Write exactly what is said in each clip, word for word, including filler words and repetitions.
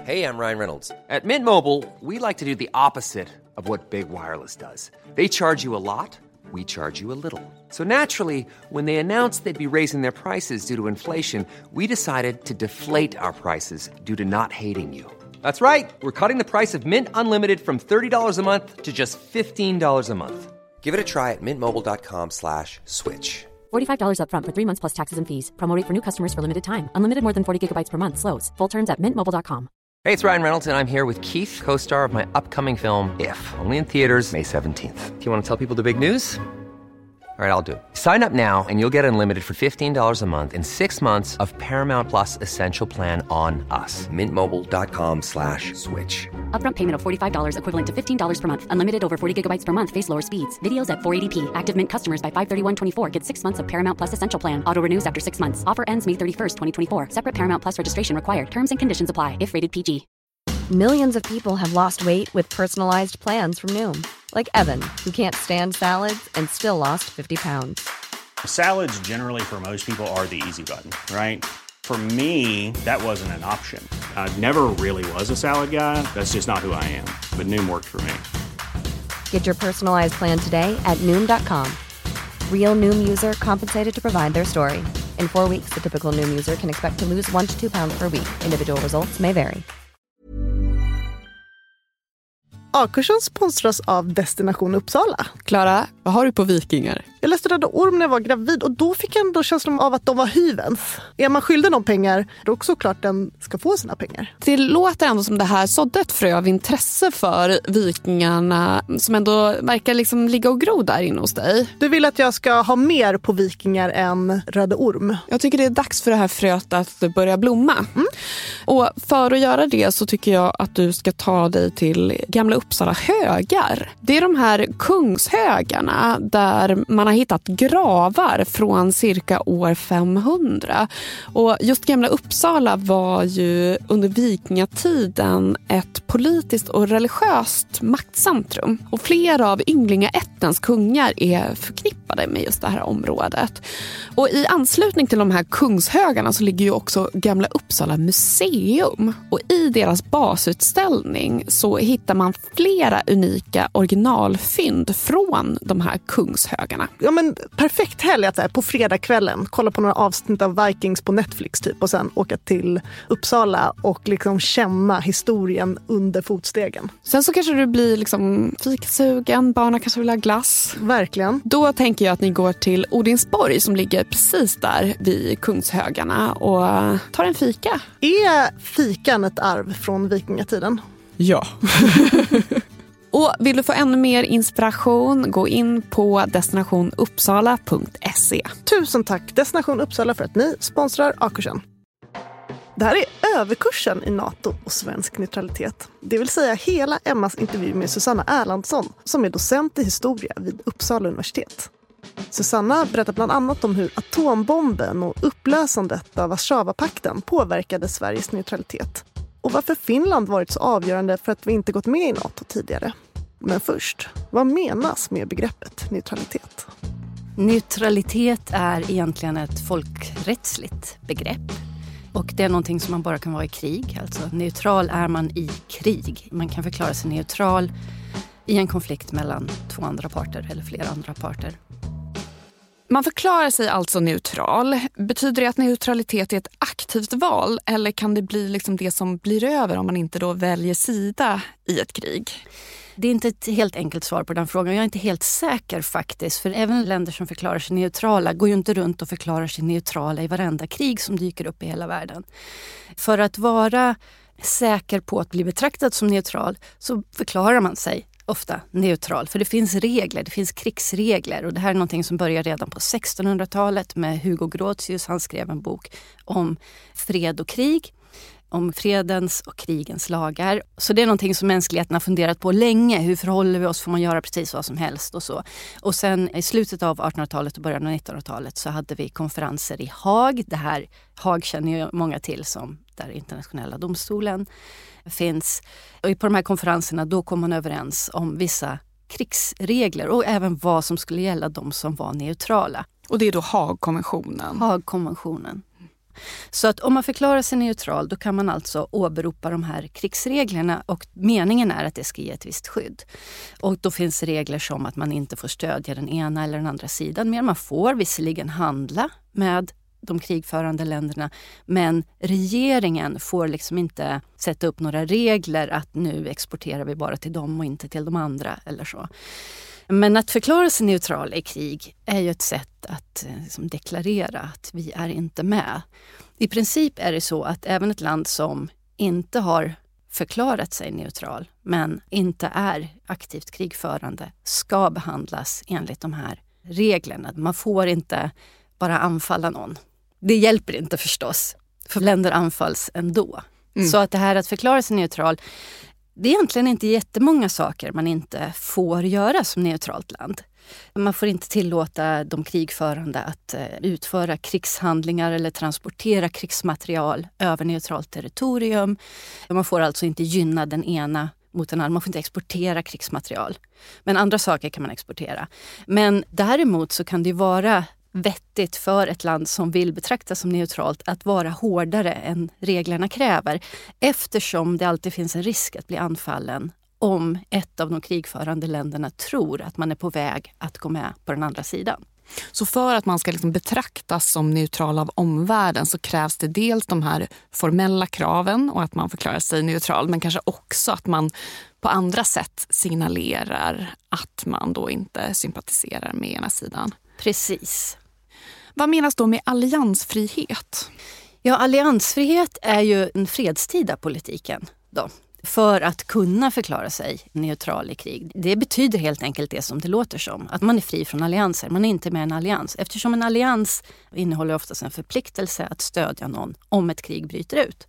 Hey, I'm Ryan Reynolds. At Mint Mobile, we like to do the opposite of what Big Wireless does. They charge you a lot, we charge you a little. So naturally, when they announced they'd be raising their prices due to inflation, we decided to deflate our prices due to not hating you. That's right. We're cutting the price of Mint Unlimited from thirty dollars a month to just fifteen dollars a month. Give it a try at mintmobile.com slash switch. forty-five dollars up front for three months plus taxes and fees. Promo rate for new customers for limited time. Unlimited more than forty gigabytes per month slows. Full terms at mint mobile dot com. Hey, it's Ryan Reynolds, and I'm here with Keith, co-star of my upcoming film, If, only in theaters May seventeenth. Do you want to tell people the big news? All right, I'll do it. Sign up now and you'll get unlimited for fifteen dollars a month and six months of Paramount Plus Essential Plan on us. Mintmobile.com slash switch. Upfront payment of forty-five dollars equivalent to fifteen dollars per month. Unlimited over forty gigabytes per month. Face lower speeds. Videos at four eighty p. Active Mint customers by five thirty-one twenty-four get six months of Paramount Plus Essential Plan. Auto renews after six months. Offer ends May thirty-first, twenty twenty-four. Separate Paramount Plus registration required. Terms and conditions apply if rated P G. Millions of people have lost weight with personalized plans from Noom. Like Evan, who can't stand salads and still lost fifty pounds. Salads generally for most people are the easy button, right? For me, that wasn't an option. I never really was a salad guy. That's just not who I am. But Noom worked for me. Get your personalized plan today at Noom dot com. Real Noom user compensated to provide their story. In four weeks, the typical Noom user can expect to lose one to two pounds per week. Individual results may vary. A-kursen sponsras av Destination Uppsala. Klara, vad har du på vikingar? Jag läste Röda Orm när jag var gravid och då fick jag ändå känslan av att de var hyvens. Är man skyldig någon pengar, då är också klart den ska få sina pengar. Det låter ändå som det här sådde ett frö av intresse för vikingarna som ändå verkar liksom ligga och gro där inne hos dig. Du vill att jag ska ha mer på vikingar än Röda Orm? Jag tycker det är dags för det här fröet att börja blomma. Mm. Och för att göra det så tycker jag att du ska ta dig till Gamla Uppsala högar. Det är de här kungshögarna där man har hittat gravar från cirka år femhundra. Och just Gamla Uppsala var ju under vikingatiden ett politiskt och religiöst maktcentrum. Och flera av ynglingaättens kungar är förknippade med just det här området. Och i anslutning till de här kungshögarna så ligger ju också Gamla Uppsala museum. Och i deras basutställning så hittar man flera unika originalfynd från de här kungshögarna. Ja men perfekt helg att så här, på fredagskvällen kolla på några avsnitt av Vikings på Netflix typ och sen åka till Uppsala och liksom känna historien under fotstegen. Sen så kanske du blir liksom fikasugen, barnen kanske vill ha glass. Verkligen. Då tänker jag att ni går till Odinsborg som ligger precis där vid kungshögarna och tar en fika. Är fikan ett arv från vikingatiden? Ja. Och vill du få ännu mer inspiration, gå in på destination uppsala punkt se. Tusen tack Destination Uppsala för att ni sponsrar A-kursen. Det här är överkursen i NATO och svensk neutralitet. Det vill säga hela Emmas intervju med Susanna Erlandsson som är docent i historia vid Uppsala universitet. Susanna berättar bland annat om hur atombomben och upplösandet av Warszawapakten påverkade Sveriges neutralitet. Och varför Finland varit så avgörande för att vi inte gått med i NATO tidigare. Men först, vad menas med begreppet neutralitet? Neutralitet är egentligen ett folkrättsligt begrepp. Och det är någonting som man bara kan vara i krig. Alltså neutral är man i krig. Man kan förklara sig neutral i en konflikt mellan två andra parter eller flera andra parter. Man förklarar sig alltså neutral. Betyder det att neutralitet är ett aktivt val eller kan det bli liksom det som blir över om man inte då väljer sida i ett krig? Det är inte ett helt enkelt svar på den frågan. Jag är inte helt säker faktiskt. För även länder som förklarar sig neutrala går ju inte runt och förklarar sig neutrala i varenda krig som dyker upp i hela världen. För att vara säker på att bli betraktad som neutral så förklarar man sig ofta neutral. För det finns regler, det finns krigsregler. Och det här är någonting som börjar redan på sextonhundratalet med Hugo Grotius. Han skrev en bok om fred och krig. Om fredens och krigens lagar. Så det är någonting som mänskligheten har funderat på länge. Hur förhåller vi oss? Får man göra precis vad som helst och så. Och sen i slutet av artonhundratalet och början av nittonhundratalet så hade vi konferenser i Haag. Det här Haag känner ju många till som där internationella domstolen finns. Och på de här konferenserna då kom man överens om vissa krigsregler och även vad som skulle gälla de som var neutrala. Och det är då Haagkonventionen. Haagkonventionen. Så att om man förklarar sig neutral, då kan man alltså åberopa de här krigsreglerna och meningen är att det ska ge ett visst skydd. Och då finns regler som att man inte får stödja den ena eller den andra sidan, men man får visserligen handla med de krigförande länderna, men regeringen får liksom inte sätta upp några regler att nu exporterar vi bara till dem och inte till de andra eller så. Men att förklara sig neutral i krig är ju ett sätt att liksom, deklarera att vi är inte med. I princip är det så att även ett land som inte har förklarat sig neutral men inte är aktivt krigförande ska behandlas enligt de här reglerna. Man får inte bara anfalla någon. Det hjälper inte förstås, för länder anfalls ändå. Mm. Så att det här att förklara sig neutral, det är egentligen inte jättemånga saker man inte får göra som neutralt land. Man får inte tillåta de krigförande att utföra krigshandlingar eller transportera krigsmaterial över neutralt territorium. Man får alltså inte gynna den ena mot den andra. Man får inte exportera krigsmaterial. Men andra saker kan man exportera. Men däremot så kan det vara vettigt för ett land som vill betraktas som neutralt att vara hårdare än reglerna kräver, eftersom det alltid finns en risk att bli anfallen om ett av de krigförande länderna tror att man är på väg att gå med på den andra sidan. Så för att man ska liksom betraktas som neutral av omvärlden så krävs det dels de här formella kraven och att man förklarar sig neutral, men kanske också att man på andra sätt signalerar att man då inte sympatiserar med ena sidan. Precis. Vad menas då med alliansfrihet? Ja, alliansfrihet är ju den fredstida politiken då. För att kunna förklara sig neutral i krig. Det betyder helt enkelt det som det låter som. Att man är fri från allianser. Man är inte med i en allians. Eftersom en allians innehåller oftast en förpliktelse att stödja någon om ett krig bryter ut.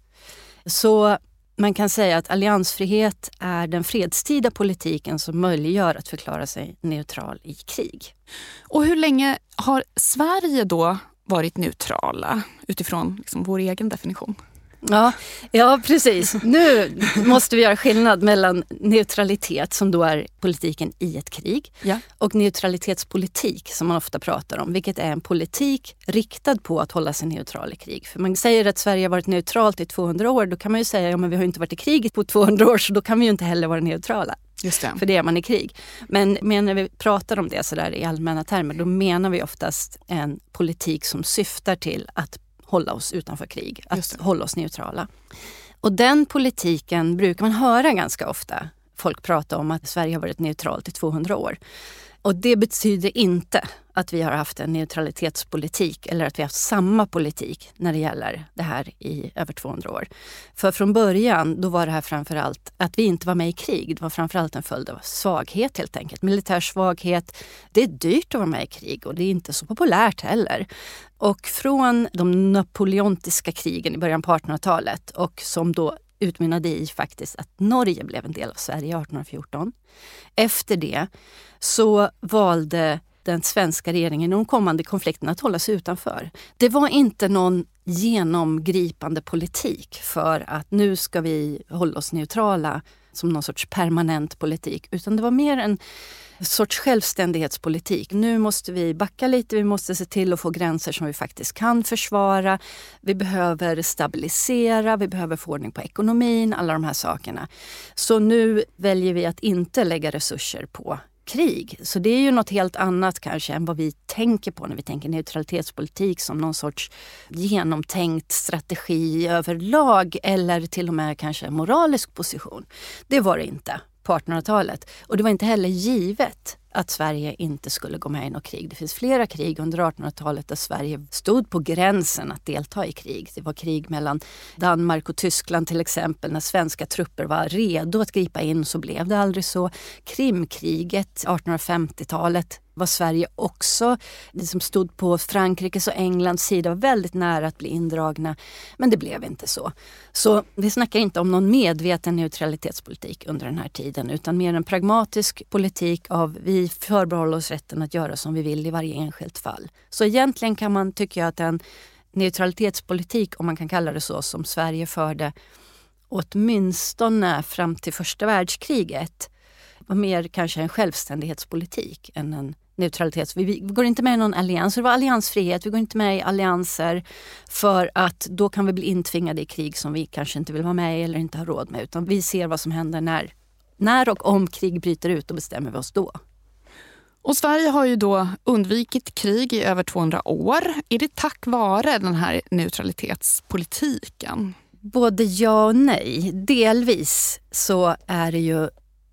Så man kan säga att alliansfrihet är den fredstida politiken som möjliggör att förklara sig neutral i krig. Och hur länge har Sverige då varit neutrala utifrån liksom vår egen definition? Ja, ja, precis. Nu måste vi göra skillnad mellan neutralitet som då är politiken i ett krig ja. och neutralitetspolitik som man ofta pratar om, vilket är en politik riktad på att hålla sig neutral i krig. För man säger att Sverige har varit neutralt i tvåhundra år, då kan man ju säga ja, men vi har ju inte varit i krig på tvåhundra år så då kan vi ju inte heller vara neutrala. Just det. För det är man i krig. Men, men när vi pratar om det så där i allmänna termer, då menar vi oftast en politik som syftar till att hålla oss utanför krig, att hålla oss neutrala. Och den politiken brukar man höra ganska ofta. Folk pratar om att Sverige har varit neutralt i tvåhundra år. Och det betyder inte att vi har haft en neutralitetspolitik eller att vi har haft samma politik när det gäller det här i över tvåhundra år. För från början då var det här framförallt att vi inte var med i krig. Det var framförallt en följd av svaghet helt enkelt. Militär svaghet. Det är dyrt att vara med i krig och det är inte så populärt heller. Och från de napoleontiska krigen i början på artonhundratalet och som då utmynnade i faktiskt att Norge blev en del av Sverige arton fjorton. Efter det så valde den svenska regeringen i de kommande konflikterna att hålla sig utanför. Det var inte någon genomgripande politik för att nu ska vi hålla oss neutrala som någon sorts permanent politik, utan det var mer en sorts självständighetspolitik. Nu måste vi backa lite, vi måste se till att få gränser som vi faktiskt kan försvara. Vi behöver stabilisera, vi behöver få ordning på ekonomin, alla de här sakerna. Så nu väljer vi att inte lägga resurser på krig. Så det är ju något helt annat kanske än vad vi tänker på när vi tänker neutralitetspolitik som någon sorts genomtänkt strategi överlag eller till och med kanske en moralisk position. Det var det inte på artonhundratalet. Och det var inte heller givet att Sverige inte skulle gå med i något krig. Det finns flera krig under artonhundratalet där Sverige stod på gränsen att delta i krig. Det var krig mellan Danmark och Tyskland till exempel. När svenska trupper var redo att gripa in så blev det aldrig så. Krimkriget artonhundrafemtiotalet var Sverige också, det som stod på Frankrikes och Englands sida, var väldigt nära att bli indragna. Men det blev inte så. Så vi snackar inte om någon medveten neutralitetspolitik under den här tiden, utan mer en pragmatisk politik av vi förbehåller oss rätten att göra som vi vill i varje enskilt fall. Så egentligen kan man tycka att en neutralitetspolitik, om man kan kalla det så, som Sverige förde åtminstone fram till första världskriget, var mer kanske en självständighetspolitik än en neutralitet. Vi, vi går inte med i någon allians. Det var alliansfrihet. Vi går inte med i allianser för att då kan vi bli intvingade i krig som vi kanske inte vill vara med i eller inte har råd med. Utan vi ser vad som händer när, när och om krig bryter ut och bestämmer vi oss då. Och Sverige har ju då undvikit krig i över tvåhundra år. Är det tack vare den här neutralitetspolitiken? Både ja och nej. Delvis så är det ju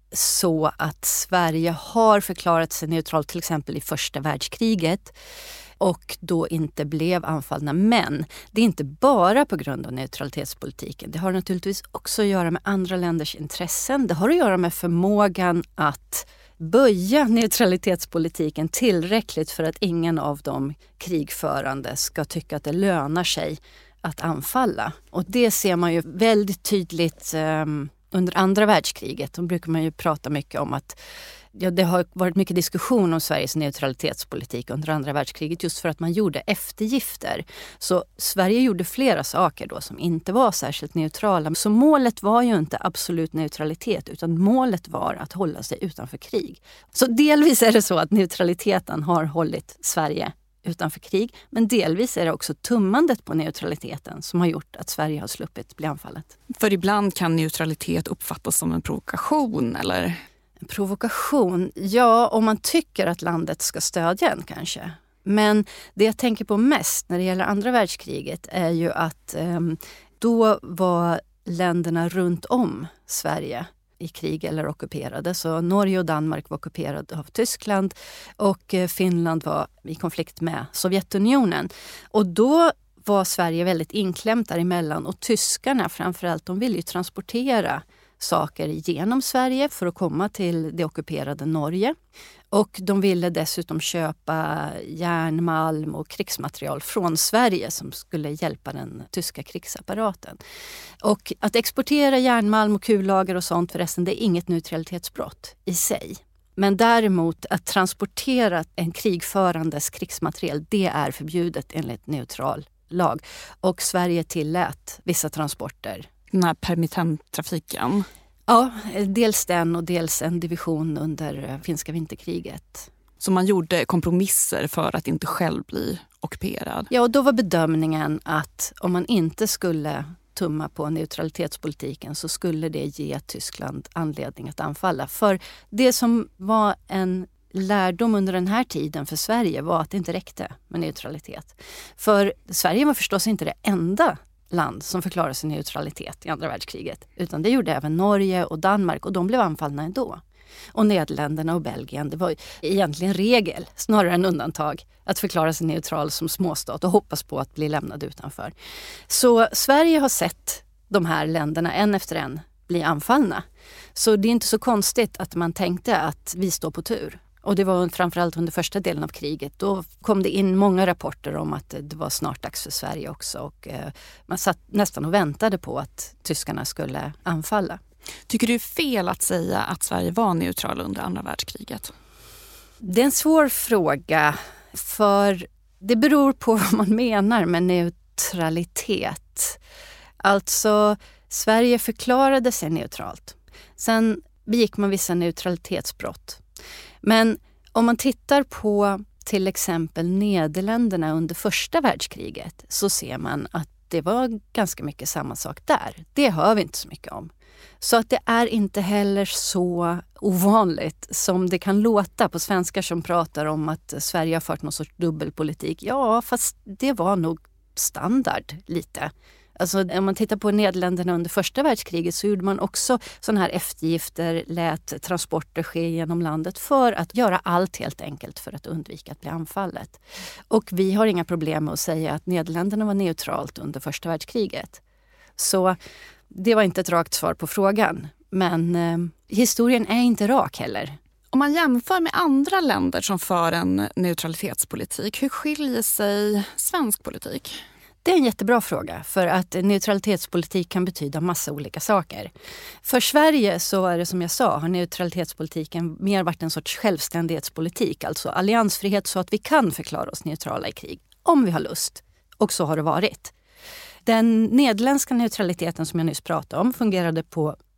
så att Sverige har förklarat sig neutralt till exempel i första världskriget och då inte blev anfallna. Men det är inte bara på grund av neutralitetspolitiken. Det har naturligtvis också att göra med andra länders intressen. Det har att göra med förmågan att böja neutralitetspolitiken tillräckligt för att ingen av de krigförande ska tycka att det lönar sig att anfalla. Och det ser man ju väldigt tydligt um, under andra världskriget. Då brukar man ju prata mycket om att ja, det har varit mycket diskussion om Sveriges neutralitetspolitik under andra världskriget just för att man gjorde eftergifter. Så Sverige gjorde flera saker då som inte var särskilt neutrala. Så målet var ju inte absolut neutralitet utan målet var att hålla sig utanför krig. Så delvis är det så att neutraliteten har hållit Sverige utanför krig. Men delvis är det också tummandet på neutraliteten som har gjort att Sverige har sluppit bli anfallet. För ibland kan neutralitet uppfattas som en provokation, eller? En provokation? Ja, om man tycker att landet ska stödja en kanske. Men det jag tänker på mest när det gäller andra världskriget är ju att eh, då var länderna runt om Sverige i krig eller ockuperade. Så Norge och Danmark var ockuperade av Tyskland och Finland var i konflikt med Sovjetunionen. Och då var Sverige väldigt inklämt däremellan och tyskarna framförallt, de ville ju transportera saker genom Sverige för att komma till det ockuperade Norge. Och de ville dessutom köpa järnmalm och krigsmaterial från Sverige som skulle hjälpa den tyska krigsapparaten. Och att exportera järnmalm och kullager och sånt förresten, det är inget neutralitetsbrott i sig. Men däremot att transportera en krigförandes krigsmaterial, det är förbjudet enligt neutral lag. Och Sverige tillät vissa transporter. Den här permittenttrafiken? Ja, dels den och dels en division under finska vinterkriget. Så man gjorde kompromisser för att inte själv bli ockuperad? Ja, och då var bedömningen att om man inte skulle tumma på neutralitetspolitiken så skulle det ge Tyskland anledning att anfalla. För det som var en lärdom under den här tiden för Sverige var att det inte räckte med neutralitet. För Sverige var förstås inte det enda land som förklarade sin neutralitet i andra världskriget. Utan det gjorde även Norge och Danmark och de blev anfallna ändå. Och Nederländerna och Belgien, det var egentligen regel, snarare än undantag, att förklara sig neutral som småstat och hoppas på att bli lämnad utanför. Så Sverige har sett de här länderna en efter en bli anfallna. Så det är inte så konstigt att man tänkte att vi står på tur. Och det var framförallt under första delen av kriget. Då kom det in många rapporter om att det var snart dags för Sverige också. Och eh, man satt nästan och väntade på att tyskarna skulle anfalla. Tycker du är fel att säga att Sverige var neutral under andra världskriget? Det är en svår fråga. För det beror på vad man menar med neutralitet. Alltså, Sverige förklarade sig neutralt. Sen begick man vissa neutralitetsbrott. Men om man tittar på till exempel Nederländerna under första världskriget så ser man att det var ganska mycket samma sak där. Det hör vi inte så mycket om. Så att det är inte heller så ovanligt som det kan låta på svenskar som pratar om att Sverige har fört någon sorts dubbelpolitik. Ja, fast det var nog standard lite. Alltså om man tittar på Nederländerna under första världskriget så gjorde man också sådana här eftergifter, lät transporter ske genom landet för att göra allt helt enkelt för att undvika att bli anfallet. Och vi har inga problem med att säga att Nederländerna var neutralt under första världskriget. Så det var inte ett rakt svar på frågan, men eh, historien är inte rak heller. Om man jämför med andra länder som för en neutralitetspolitik, hur skiljer sig svensk politik? Det är en jättebra fråga för att neutralitetspolitik kan betyda massa olika saker. För Sverige så är det som jag sa, har neutralitetspolitiken mer varit en sorts självständighetspolitik. Alltså alliansfrihet så att vi kan förklara oss neutrala i krig om vi har lust. Och så har det varit. Den nederländska neutraliteten som jag nyss pratade om fungerade på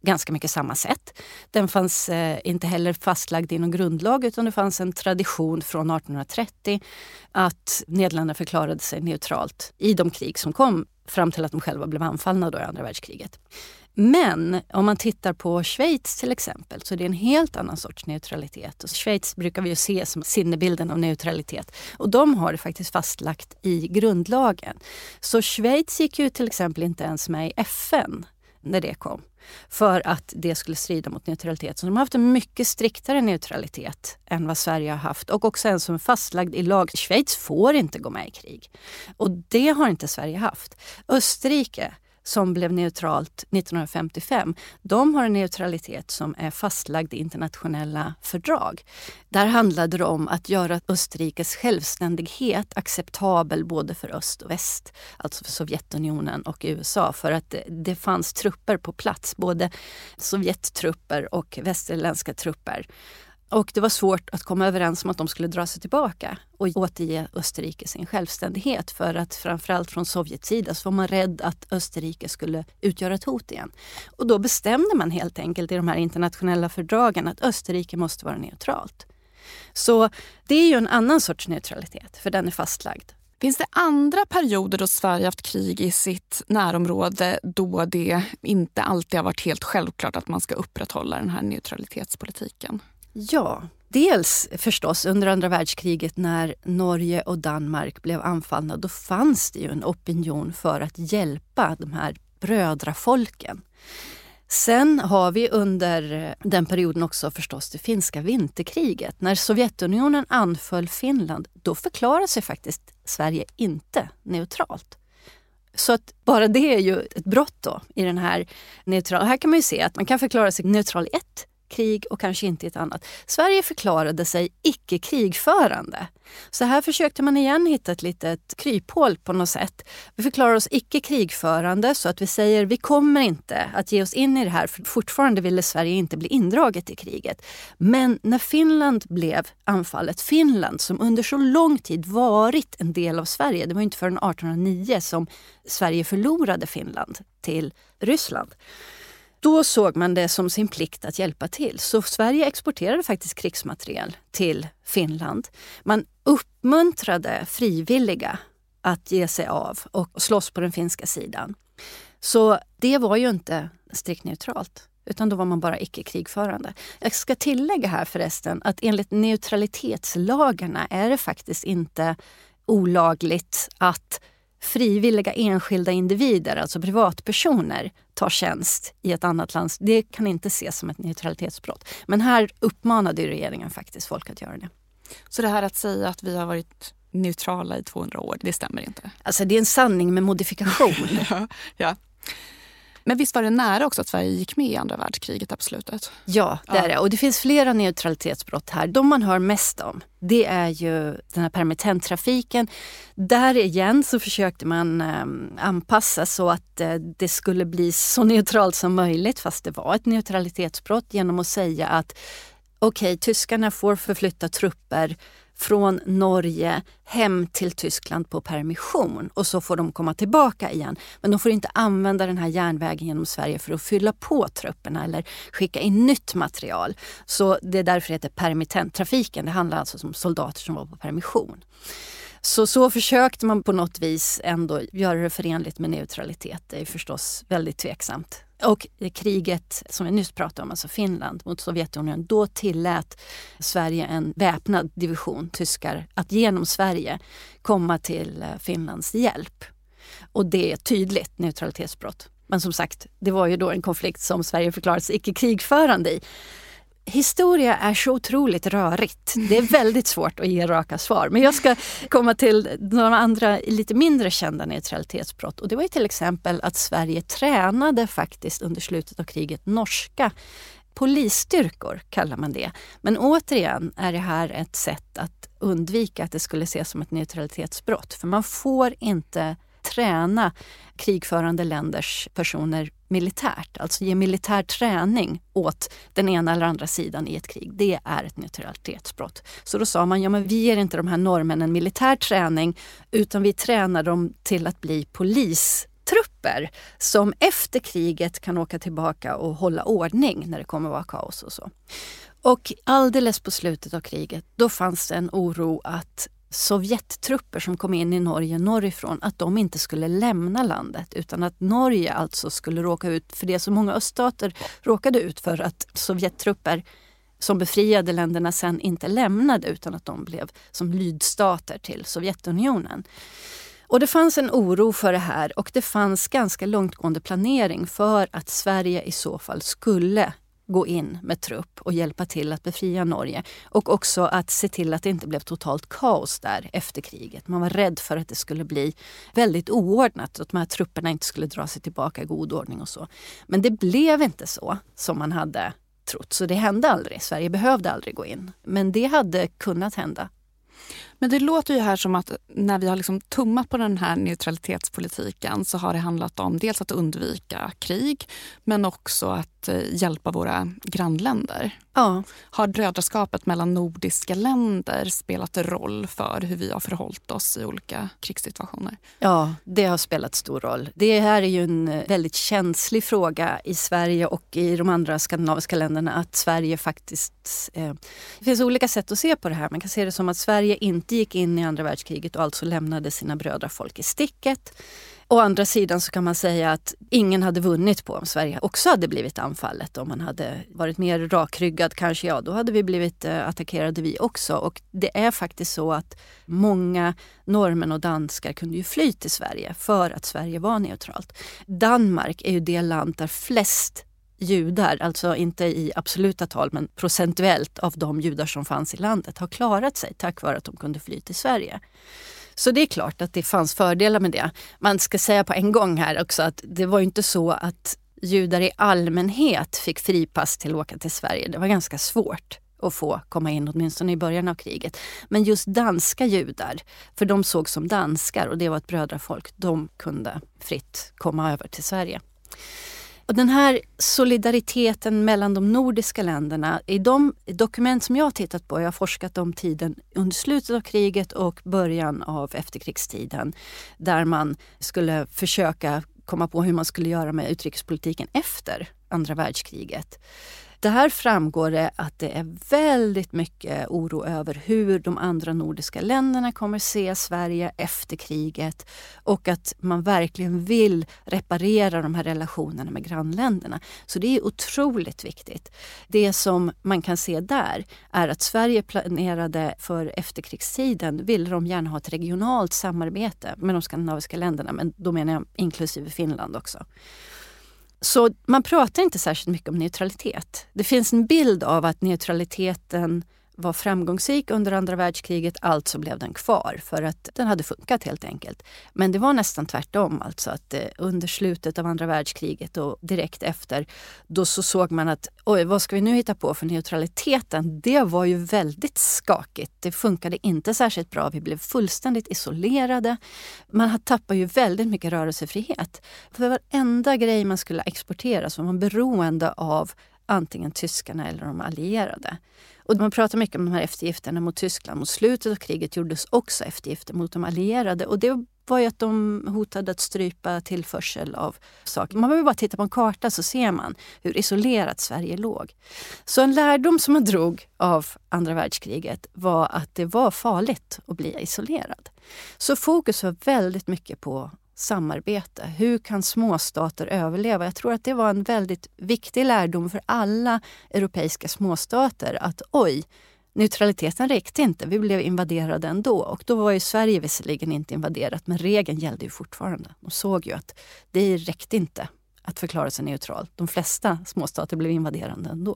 ganska mycket samma sätt. Den fanns eh, inte heller fastlagd i någon grundlag, utan det fanns en tradition från arton trettio att Nederländerna förklarade sig neutralt i de krig som kom fram till att de själva blev anfallna då i andra världskriget. Men om man tittar på Schweiz till exempel, så är det en helt annan sorts neutralitet. Och Schweiz brukar vi ju se som sinnebilden av neutralitet. Och de har det faktiskt fastlagt i grundlagen. Så Schweiz gick ju till exempel inte ens med i F N när det kom, för att det skulle strida mot neutralitet. Så de har haft en mycket striktare neutralitet än vad Sverige har haft. Och också en som är fastlagd i lag. Schweiz får inte gå med i krig. Och det har inte Sverige haft. Österrike, som blev neutralt nittonhundrafemtiofem, de har en neutralitet som är fastlagd i internationella fördrag. Där handlade det om att göra Österrikes självständighet acceptabel både för öst och väst, alltså för Sovjetunionen och U S A, för att det, det fanns trupper på plats, både Sovjettrupper och västerländska trupper. Och det var svårt att komma överens om att de skulle dra sig tillbaka och återge Österrike sin självständighet, för att framförallt från Sovjets sida så var man rädd att Österrike skulle utgöra ett hot igen. Och då bestämde man helt enkelt i de här internationella fördragen att Österrike måste vara neutralt. Så det är ju en annan sorts neutralitet, för den är fastlagd. Finns det andra perioder då Sverige haft krig i sitt närområde då det inte alltid har varit helt självklart att man ska upprätthålla den här neutralitetspolitiken? Ja, dels förstås under andra världskriget när Norge och Danmark blev anfallna. Då fanns det ju en opinion för att hjälpa de här brödrafolken. Sen har vi under den perioden också förstås det finska vinterkriget. När Sovjetunionen anföll Finland, då förklarar sig faktiskt Sverige inte neutralt. Så att bara det är ju ett brott då i den här neutrala. Här kan man ju se att man kan förklara sig neutral i ett krig och kanske inte ett annat. Sverige förklarade sig icke-krigförande. Så här försökte man igen hitta ett litet kryphål på något sätt. Vi förklarar oss icke-krigförande så att vi säger vi kommer inte att ge oss in i det här, för fortfarande ville Sverige inte bli indraget i kriget. Men när Finland blev anfallet, Finland som under så lång tid varit en del av Sverige, det var inte förrän artonhundranio som Sverige förlorade Finland till Ryssland. Då såg man det som sin plikt att hjälpa till. Så Sverige exporterade faktiskt krigsmateriel till Finland. Man uppmuntrade frivilliga att ge sig av och slåss på den finska sidan. Så det var ju inte strikt neutralt, utan då var man bara icke-krigförande. Jag ska tillägga här förresten att enligt neutralitetslagarna är det faktiskt inte olagligt att frivilliga enskilda individer, alltså privatpersoner, tar tjänst i ett annat land. Det kan inte ses som ett neutralitetsbrott. Men här uppmanade regeringen faktiskt folk att göra det. Så det här att säga att vi har varit neutrala i tvåhundra år, det stämmer inte? Alltså det är en sanning med modifikation. ja, ja. Men visst var det nära också att Sverige gick med i andra världskriget på slutet? Ja, det är det. Och det finns flera neutralitetsbrott här. De man hör mest om, det är ju den här permittenttrafiken. Där igen så försökte man eh, anpassa så att eh, det skulle bli så neutralt som möjligt, fast det var ett neutralitetsbrott, genom att säga att okej, okay, tyskarna får förflytta trupper från Norge hem till Tyskland på permission, och så får de komma tillbaka igen. Men de får inte använda den här järnvägen genom Sverige för att fylla på trupperna eller skicka in nytt material. Så det är därför det heter permittenttrafiken. Det handlar alltså om soldater som var på permission. Så så försökte man på något vis ändå göra det förenligt med neutralitet. Det är förstås väldigt tveksamt. Och i kriget som vi nyss pratade om, alltså Finland mot Sovjetunionen, då tillät Sverige en väpnad division tyskar att genom Sverige komma till Finlands hjälp. Och det är ett tydligt neutralitetsbrott. Men som sagt, det var ju då en konflikt som Sverige förklarade sig icke-krigförande i. Historia är så otroligt rörigt. Det är väldigt svårt att ge raka svar. Men jag ska komma till några andra lite mindre kända neutralitetsbrott. Och det var ju till exempel att Sverige tränade faktiskt under slutet av kriget norska polisstyrkor, kallar man det. Men återigen är det här ett sätt att undvika att det skulle ses som ett neutralitetsbrott. För man får inte träna krigförande länders personer militärt, alltså ge militär träning åt den ena eller andra sidan i ett krig. Det är ett neutralitetsbrott. Så då sa man, ja men vi ger inte de här norrmännen militär träning, utan vi tränar dem till att bli polistrupper. trupper som efter kriget kan åka tillbaka och hålla ordning när det kommer att vara kaos och så. Och alldeles på slutet av kriget, då fanns det en oro att Sovjettrupper som kom in i Norge norrifrån, att de inte skulle lämna landet utan att Norge alltså skulle råka ut för det som många öststater råkade ut för, att Sovjettrupper som befriade länderna sen inte lämnade utan att de blev som lydstater till Sovjetunionen. Och det fanns en oro för det här och det fanns ganska långtgående planering för att Sverige i så fall skulle gå in med trupp och hjälpa till att befria Norge. Och också att se till att det inte blev totalt kaos där efter kriget. Man var rädd för att det skulle bli väldigt oordnat och att de här trupperna inte skulle dra sig tillbaka i god ordning och så. Men det blev inte så som man hade trott. Så det hände aldrig. Sverige behövde aldrig gå in. Men det hade kunnat hända. Men det låter ju här som att när vi har liksom tummat på den här neutralitetspolitiken så har det handlat om dels att undvika krig men också att hjälpa våra grannländer. Ja. Har brödraskapet mellan nordiska länder spelat roll för hur vi har förhållit oss i olika krigssituationer? Ja, det har spelat stor roll. Det här är ju en väldigt känslig fråga i Sverige och i de andra skandinaviska länderna, att Sverige faktiskt... Eh, det finns olika sätt att se på det här. Man kan se det som att Sverige inte gick in i andra världskriget och alltså lämnade sina brödrafolk i sticket. Å andra sidan så kan man säga att ingen hade vunnit på om Sverige också hade blivit anfallet. Om man hade varit mer rakryggad kanske, ja, då hade vi blivit eh, attackerade vi också. Och det är faktiskt så att många norrmän och danskar kunde ju fly till Sverige för att Sverige var neutralt. Danmark är ju det land där flest judar, alltså inte i absoluta tal men procentuellt av de judar som fanns i landet, har klarat sig tack vare att de kunde fly till Sverige. Så det är klart att det fanns fördelar med det. Man ska säga på en gång här också att det var inte så att judar i allmänhet fick fripass till att åka till Sverige. Det var ganska svårt att få komma in åtminstone i början av kriget. Men just danska judar, för de såg som danskar och det var ett brödrafolk, de kunde fritt komma över till Sverige. Och den här solidariteten mellan de nordiska länderna, i de dokument som jag har tittat på, jag har forskat om tiden under slutet av kriget och början av efterkrigstiden, där man skulle försöka komma på hur man skulle göra med utrikespolitiken efter andra världskriget. Där framgår det att det är väldigt mycket oro över hur de andra nordiska länderna kommer se Sverige efter kriget och att man verkligen vill reparera de här relationerna med grannländerna. Så det är otroligt viktigt. Det som man kan se där är att Sverige planerade för efterkrigstiden, ville de gärna ha ett regionalt samarbete med de skandinaviska länderna, men då menar jag inklusive Finland också. Så man pratar inte särskilt mycket om neutralitet. Det finns en bild av att neutraliteten var framgångsrik under andra världskriget, alltså blev den kvar för att den hade funkat helt enkelt. Men det var nästan tvärtom, alltså att eh, under slutet av andra världskriget och direkt efter, då så såg man att oj, vad ska vi nu hitta på för neutraliteten? Det var ju väldigt skakigt. Det funkade inte särskilt bra. Vi blev fullständigt isolerade. Man tappade ju väldigt mycket rörelsefrihet. För varenda grej man skulle exportera så var man beroende av antingen tyskarna eller de allierade. Och man pratar mycket om de här eftergifterna mot Tyskland. Mot slutet av kriget gjordes också eftergifter mot de allierade. Och det var ju att de hotade att strypa tillförsel av saker. Man behöver bara titta på en karta så ser man hur isolerat Sverige låg. Så en lärdom som man drog av andra världskriget var att det var farligt att bli isolerad. Så fokus var väldigt mycket på samarbete. Hur kan småstater överleva? Jag tror att det var en väldigt viktig lärdom för alla europeiska småstater att oj, neutraliteten räckte inte. Vi blev invaderade ändå. Och då var ju Sverige visserligen inte invaderat, men regeln gällde ju fortfarande. De såg ju att det räckte inte att förklara sig neutral. De flesta småstater blev invaderade ändå.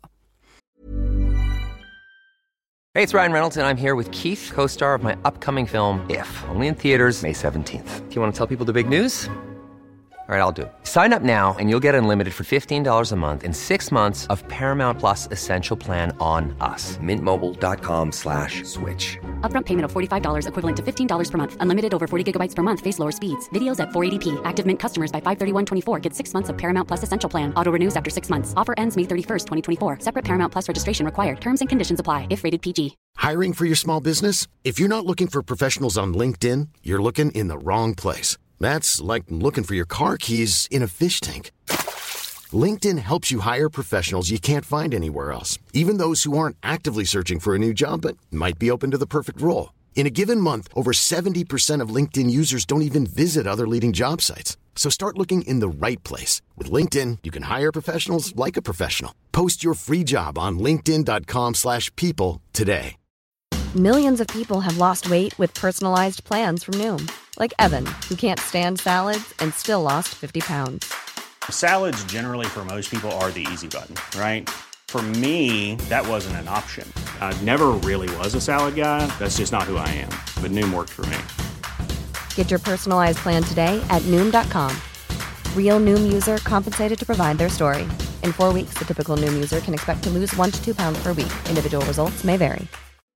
Hey, it's Ryan Reynolds, and I'm here with Keith, co-star of my upcoming film, If, only in theaters May seventeenth. Do you want to tell people the big news? All right, I'll do it. Sign up now and you'll get unlimited for fifteen dollars a month and six months of Paramount Plus Essential Plan on us. Mint Mobile dot com slash switch. Upfront payment of forty-five dollars equivalent to fifteen dollars per month. Unlimited over forty gigabytes per month. Face lower speeds. Videos at four eighty p. Active Mint customers by five thirty-one twenty-four get six months of Paramount Plus Essential Plan. Auto renews after six months. Offer ends May thirty-first, twenty twenty-four. Separate Paramount Plus registration required. Terms and conditions apply if rated P G. Hiring for your small business? If you're not looking for professionals on LinkedIn, you're looking in the wrong place. That's like looking for your car keys in a fish tank. LinkedIn helps you hire professionals you can't find anywhere else, even those who aren't actively searching for a new job but might be open to the perfect role. In a given month, over seventy percent of LinkedIn users don't even visit other leading job sites. So start looking in the right place. With LinkedIn, you can hire professionals like a professional. Post your free job on linkedin dot com slash people today. Millions of people have lost weight with personalized plans from Noom. Like Evan, who can't stand salads and still lost fifty pounds. Salads generally for most people are the easy button, right? For me, that wasn't an option. I never really was a salad guy. That's just not who I am. But Noom worked for me. Get your personalized plan today at Noom dot com. Real Noom user compensated to provide their story. In four weeks, the typical Noom user can expect to lose one to two pounds per week. Individual results may vary.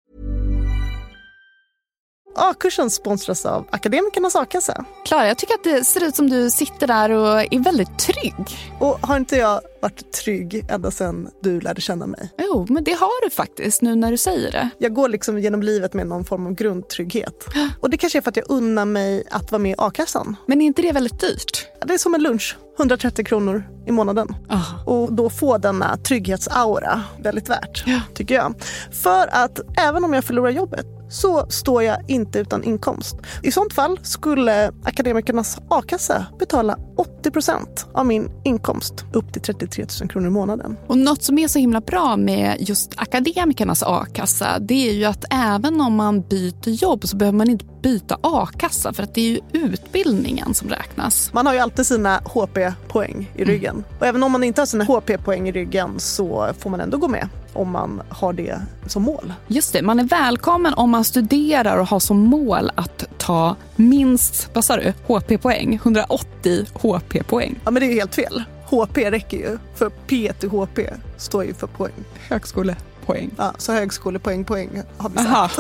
A-kursen sponsras av Akademikernas A-kassa. Klara, jag tycker att det ser ut som du sitter där och är väldigt trygg. Och har inte jag varit trygg ända sedan du lärde känna mig? Jo, men det har du faktiskt nu när du säger det. Jag går liksom genom livet med någon form av grundtrygghet. Och det kanske är för att jag unnar mig att vara med i A-kassan. Men är inte det väldigt dyrt? Det är som en lunch. hundratrettio kronor i månaden. Oh. Och då få denna trygghetsaura väldigt värt, ja. tycker jag. För att även om jag förlorar jobbet så står jag inte utan inkomst. I sånt fall skulle Akademikernas A-kassa betala åttio procent av min inkomst upp till trettiotre tusen kronor i månaden. Och något som är så himla bra med just Akademikernas A-kassa, det är ju att även om man byter jobb så behöver man inte byta A-kassa, för att det är ju utbildningen som räknas. Man har ju alltid sina H P-poäng i ryggen. Mm. Och även om man inte har sina H P-poäng i ryggen så får man ändå gå med om man har det som mål. Just det, man är välkommen om man studerar och har som mål att ta minst, vad sa du, H P-poäng, hundraåttio H P-poäng. Ja, men det är ju helt fel. H P räcker ju, för P till H P står ju för poäng. Högskolepoäng. Ja, så högskolepoäng, poäng har vi sagt.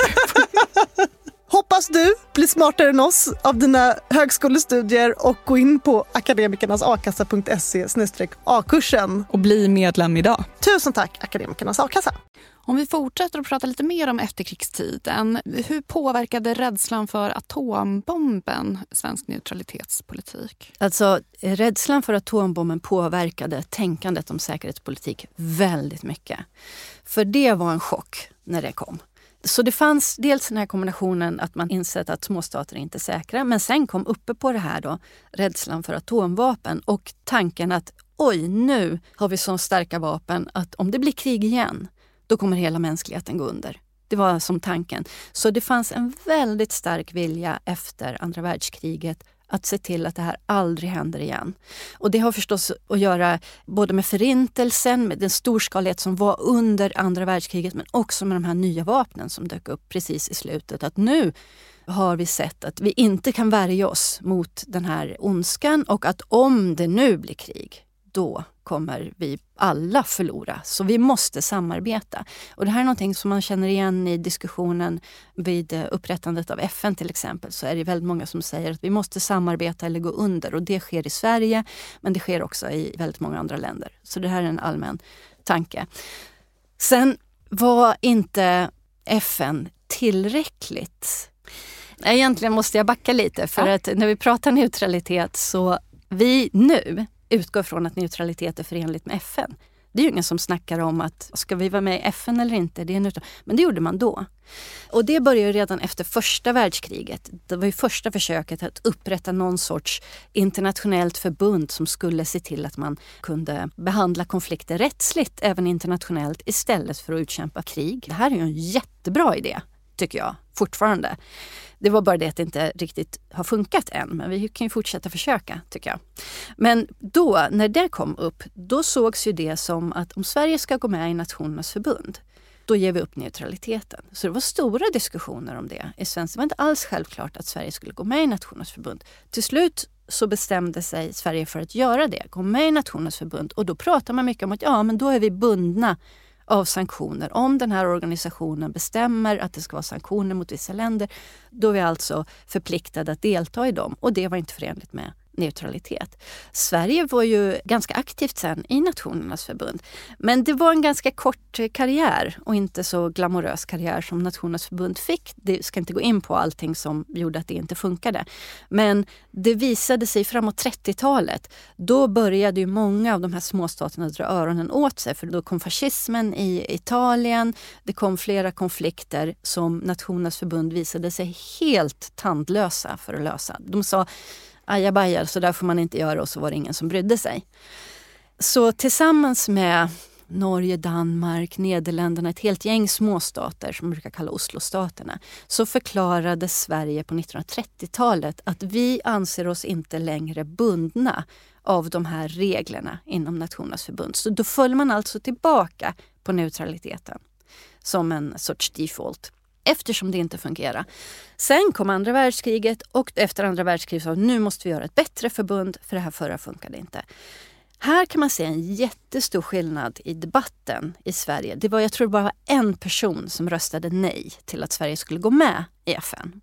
Hoppas du blir smartare än oss av dina högskolestudier och gå in på akademikernasakassa punkt se slash a-kursen. Och bli medlem idag. Tusen tack, Akademikernas A-kassa. Om vi fortsätter att prata lite mer om efterkrigstiden, hur påverkade rädslan för atombomben svensk neutralitetspolitik? Alltså, rädslan för atombomben påverkade tänkandet om säkerhetspolitik väldigt mycket. För det var en chock när det kom. Så det fanns dels den här kombinationen att man insett att småstater är inte är säkra, men sen kom uppe på det här då rädslan för atomvapen och tanken att oj, nu har vi så starka vapen att om det blir krig igen, då kommer hela mänskligheten gå under. Det var som tanken. Så det fanns en väldigt stark vilja efter andra världskriget att se till att det här aldrig händer igen. Och det har förstås att göra både med förintelsen, med den storskalighet som var under andra världskriget, men också med de här nya vapnen som dök upp precis i slutet. Att nu har vi sett att vi inte kan värja oss mot den här ondskan, och att om det nu blir krig, då kommer vi alla förlora. Så vi måste samarbeta. Och det här är någonting som man känner igen i diskussionen vid upprättandet av F N till exempel. Så är det väldigt många som säger att vi måste samarbeta eller gå under. Och det sker i Sverige, men det sker också i väldigt många andra länder. Så det här är en allmän tanke. Sen var inte F N tillräckligt. Egentligen måste jag backa lite, för ja. att när vi pratar neutralitet så vi nu utgår från att neutralitet är förenligt med F N. Det är ju ingen som snackar om att ska vi vara med i F N eller inte. Det är neutral. Men det gjorde man då. Och det började redan efter första världskriget. Det var ju första försöket att upprätta någon sorts internationellt förbund som skulle se till att man kunde behandla konflikter rättsligt även internationellt istället för att utkämpa krig. Det här är ju en jättebra idé, tycker jag, fortfarande. Det var bara det att det inte riktigt har funkat än, men vi kan ju fortsätta försöka, tycker jag. Men då, när det kom upp, då sågs ju det som att om Sverige ska gå med i Nationernas förbund, då ger vi upp neutraliteten. Så det var stora diskussioner om det i Sverige. Det var inte alls självklart att Sverige skulle gå med i Nationernas förbund. Till slut så bestämde sig Sverige för att göra det, gå med i Nationernas förbund. Och då pratar man mycket om att ja, men då är vi bundna av sanktioner. Om den här organisationen bestämmer att det ska vara sanktioner mot vissa länder, då är vi alltså förpliktade att delta i dem. Och det var inte förenligt med neutralitet. Sverige var ju ganska aktivt sen i Nationernas förbund. Men det var en ganska kort karriär och inte så glamorös karriär som Nationernas förbund fick. Det ska inte gå in på allting som gjorde att det inte funkade. Men det visade sig framåt trettiotalet. Då började ju många av de här småstaterna dra öronen åt sig. För då kom fascismen i Italien. Det kom flera konflikter som Nationernas förbund visade sig helt tandlösa för att lösa. De sa ajabaja, så där får man inte göra, och så var det ingen som brydde sig. Så tillsammans med Norge, Danmark, Nederländerna, ett helt gäng småstater som man brukar kalla Oslostaterna, så förklarade Sverige på nittonhundratrettiotalet att vi anser oss inte längre bundna av de här reglerna inom Nationernas förbund. Så då föll man alltså tillbaka på neutraliteten som en sorts default. Eftersom det inte fungerar. Sen kom andra världskriget och efter andra världskriget sa nu måste vi göra ett bättre förbund för det här förra funkade inte. Här kan man se en jättestor skillnad i debatten i Sverige. Det var, jag tror, bara en person som röstade nej till att Sverige skulle gå med i F N.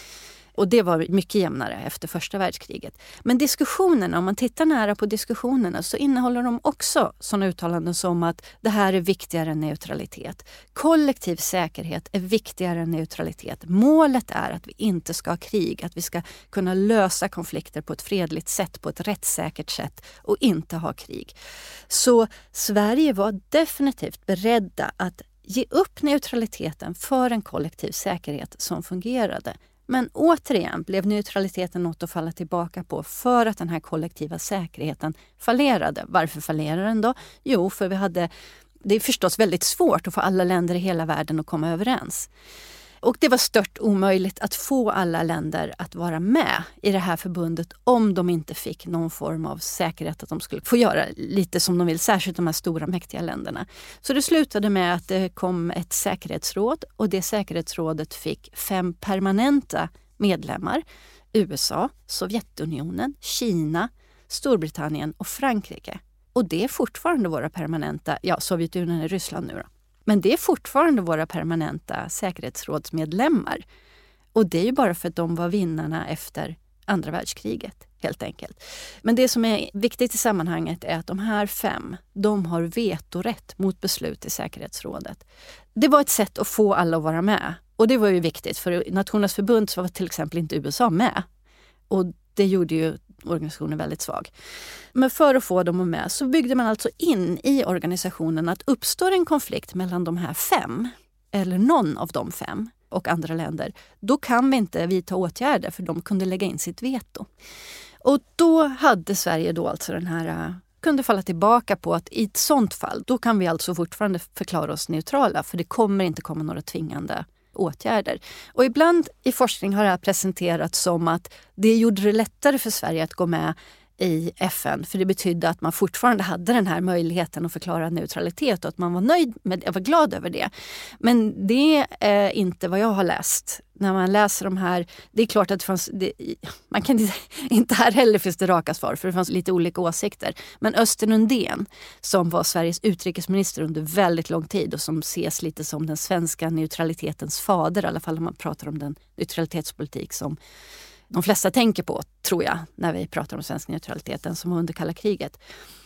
Och det var mycket jämnare efter första världskriget. Men diskussionerna, om man tittar nära på diskussionerna, så innehåller de också sådana uttalanden som att det här är viktigare än neutralitet. Kollektiv säkerhet är viktigare än neutralitet. Målet är att vi inte ska ha krig, att vi ska kunna lösa konflikter på ett fredligt sätt, på ett rättssäkert sätt och inte ha krig. Så Sverige var definitivt beredda att ge upp neutraliteten för en kollektiv säkerhet som fungerade. Men återigen blev neutraliteten något att falla tillbaka på för att den här kollektiva säkerheten fallerade. Varför fallerade den då? Jo, för vi hade, det är förstås väldigt svårt att få alla länder i hela världen att komma överens. Och det var stört omöjligt att få alla länder att vara med i det här förbundet om de inte fick någon form av säkerhet att de skulle få göra lite som de vill, särskilt de här stora mäktiga länderna. Så det slutade med att det kom ett säkerhetsråd och det säkerhetsrådet fick fem permanenta medlemmar. U S A, Sovjetunionen, Kina, Storbritannien och Frankrike. Och det är fortfarande våra permanenta, ja, Sovjetunionen är Ryssland nu då. Men det är fortfarande våra permanenta säkerhetsrådsmedlemmar. Och det är ju bara för att de var vinnarna efter andra världskriget, helt enkelt. Men det som är viktigt i sammanhanget är att de här fem, de har vetorätt mot beslut i säkerhetsrådet. Det var ett sätt att få alla att vara med. Och det var ju viktigt, för i Nationernas förbund så var till exempel inte U S A med. Och det gjorde ju organisationen väldigt svag. Men för att få dem med så byggde man alltså in i organisationen att uppstår en konflikt mellan de här fem, eller någon av de fem och andra länder, då kan vi inte vidta åtgärder för de kunde lägga in sitt veto. Och då hade Sverige då alltså den här, kunde falla tillbaka på att i ett sånt fall, då kan vi alltså fortfarande förklara oss neutrala, för det kommer inte komma några tvingande åtgärder. Och ibland i forskning har det här presenterats som att det gjorde det lättare för Sverige att gå med i F N, för det betydde att man fortfarande hade den här möjligheten att förklara neutralitet och att man var nöjd med det, var glad över det. Men det är inte vad jag har läst. När man läser de här, det är klart att det fanns, det, man kan inte, inte här heller finns det raka svar, för det fanns lite olika åsikter. Men Östen Undén, som var Sveriges utrikesminister under väldigt lång tid och som ses lite som den svenska neutralitetens fader, i alla fall om man pratar om den neutralitetspolitik som de flesta tänker på, tror jag, när vi pratar om svensk neutraliteten som var under kalla kriget.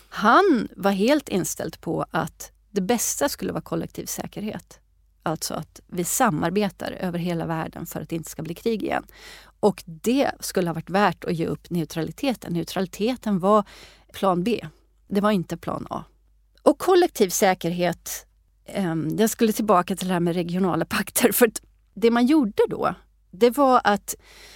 Han var helt inställd på att det bästa skulle vara kollektiv säkerhet. Alltså att vi samarbetar över hela världen för att det inte ska bli krig igen. Och det skulle ha varit värt att ge upp neutraliteten. Neutraliteten var plan B. Det var inte plan A. Och kollektiv säkerhet, eh, jag skulle tillbaka till det här med regionala pakter. För det man gjorde då, det var att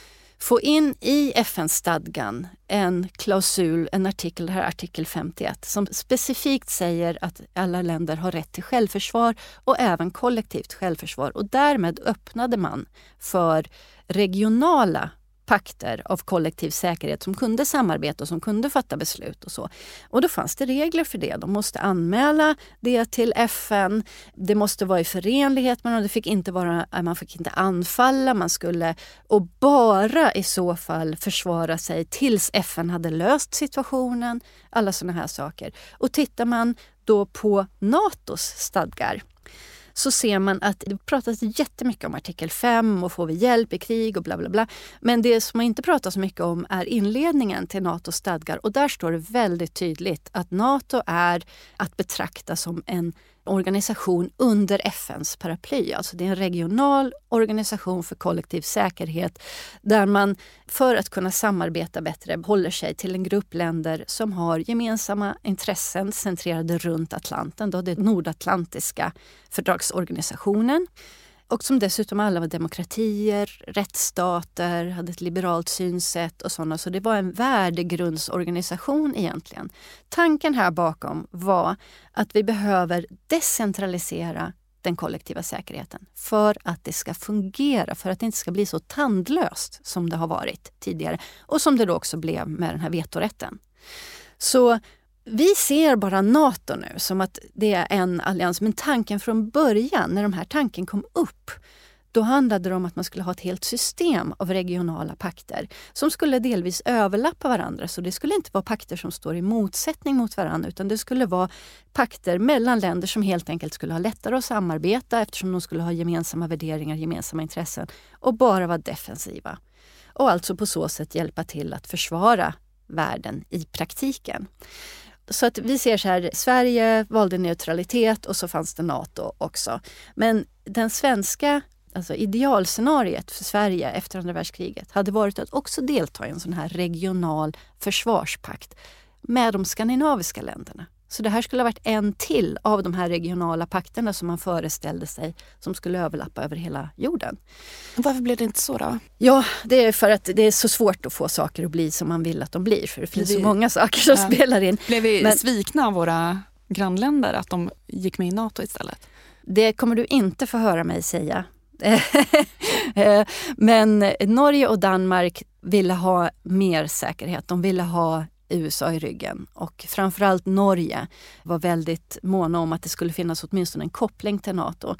få in i F N-stadgan en klausul, en artikel, det här artikel femtioett, som specifikt säger att alla länder har rätt till självförsvar och även kollektivt självförsvar. Och därmed öppnade man för regionala pakter av kollektiv säkerhet som kunde samarbeta och som kunde fatta beslut och så. Och då fanns det regler för det. De måste anmäla det till F N. Det måste vara i förenlighet med dem. Det fick inte vara, man fick inte anfalla. Man skulle och bara i så fall försvara sig tills F N hade löst situationen. Alla sådana här saker. Och tittar man då på NATOs stadgar, så ser man att det pratas jättemycket om artikel fem och får vi hjälp i krig och bla bla bla. Men det som man inte pratar så mycket om är inledningen till NATOs stadgar. Och där står det väldigt tydligt att NATO är att betrakta som en organisation under F N:s paraply. Alltså det är en regional organisation för kollektiv säkerhet där man för att kunna samarbeta bättre håller sig till en grupp länder som har gemensamma intressen centrerade runt Atlanten. Då det är nordatlantiska fördragsorganisationen. Och som dessutom alla var demokratier, rättsstater, hade ett liberalt synsätt och sådana. Så det var en värdegrundsorganisation egentligen. Tanken här bakom var att vi behöver decentralisera den kollektiva säkerheten för att det ska fungera, för att det inte ska bli så tandlöst som det har varit tidigare. Och som det då också blev med den här vetorätten. Så vi ser bara NATO nu som att det är en allians, men tanken från början, när de här tanken kom upp, då handlade det om att man skulle ha ett helt system av regionala pakter som skulle delvis överlappa varandra. Så det skulle inte vara pakter som står i motsättning mot varandra, utan det skulle vara pakter mellan länder som helt enkelt skulle ha lättare att samarbeta eftersom de skulle ha gemensamma värderingar, gemensamma intressen och bara vara defensiva. Och alltså på så sätt hjälpa till att försvara världen i praktiken. Så att vi ser så här, Sverige valde neutralitet och så fanns det NATO också. Men den svenska, alltså idealscenariet för Sverige efter andra världskriget hade varit att också delta i en sån här regional försvarspakt med de skandinaviska länderna. Så det här skulle ha varit en till av de här regionala pakterna som man föreställde sig som skulle överlappa över hela jorden. Varför blev det inte så då? Ja, det är för att det är så svårt att få saker att bli som man vill att de blir. För det finns det, så många saker som ja. spelar in. Blev vi Men, svikna av våra grannländer att de gick med i NATO istället? Det kommer du inte få höra mig säga. Men Norge och Danmark ville ha mer säkerhet. De ville ha U S A i ryggen och framförallt Norge var väldigt måna om att det skulle finnas åtminstone en koppling till NATO.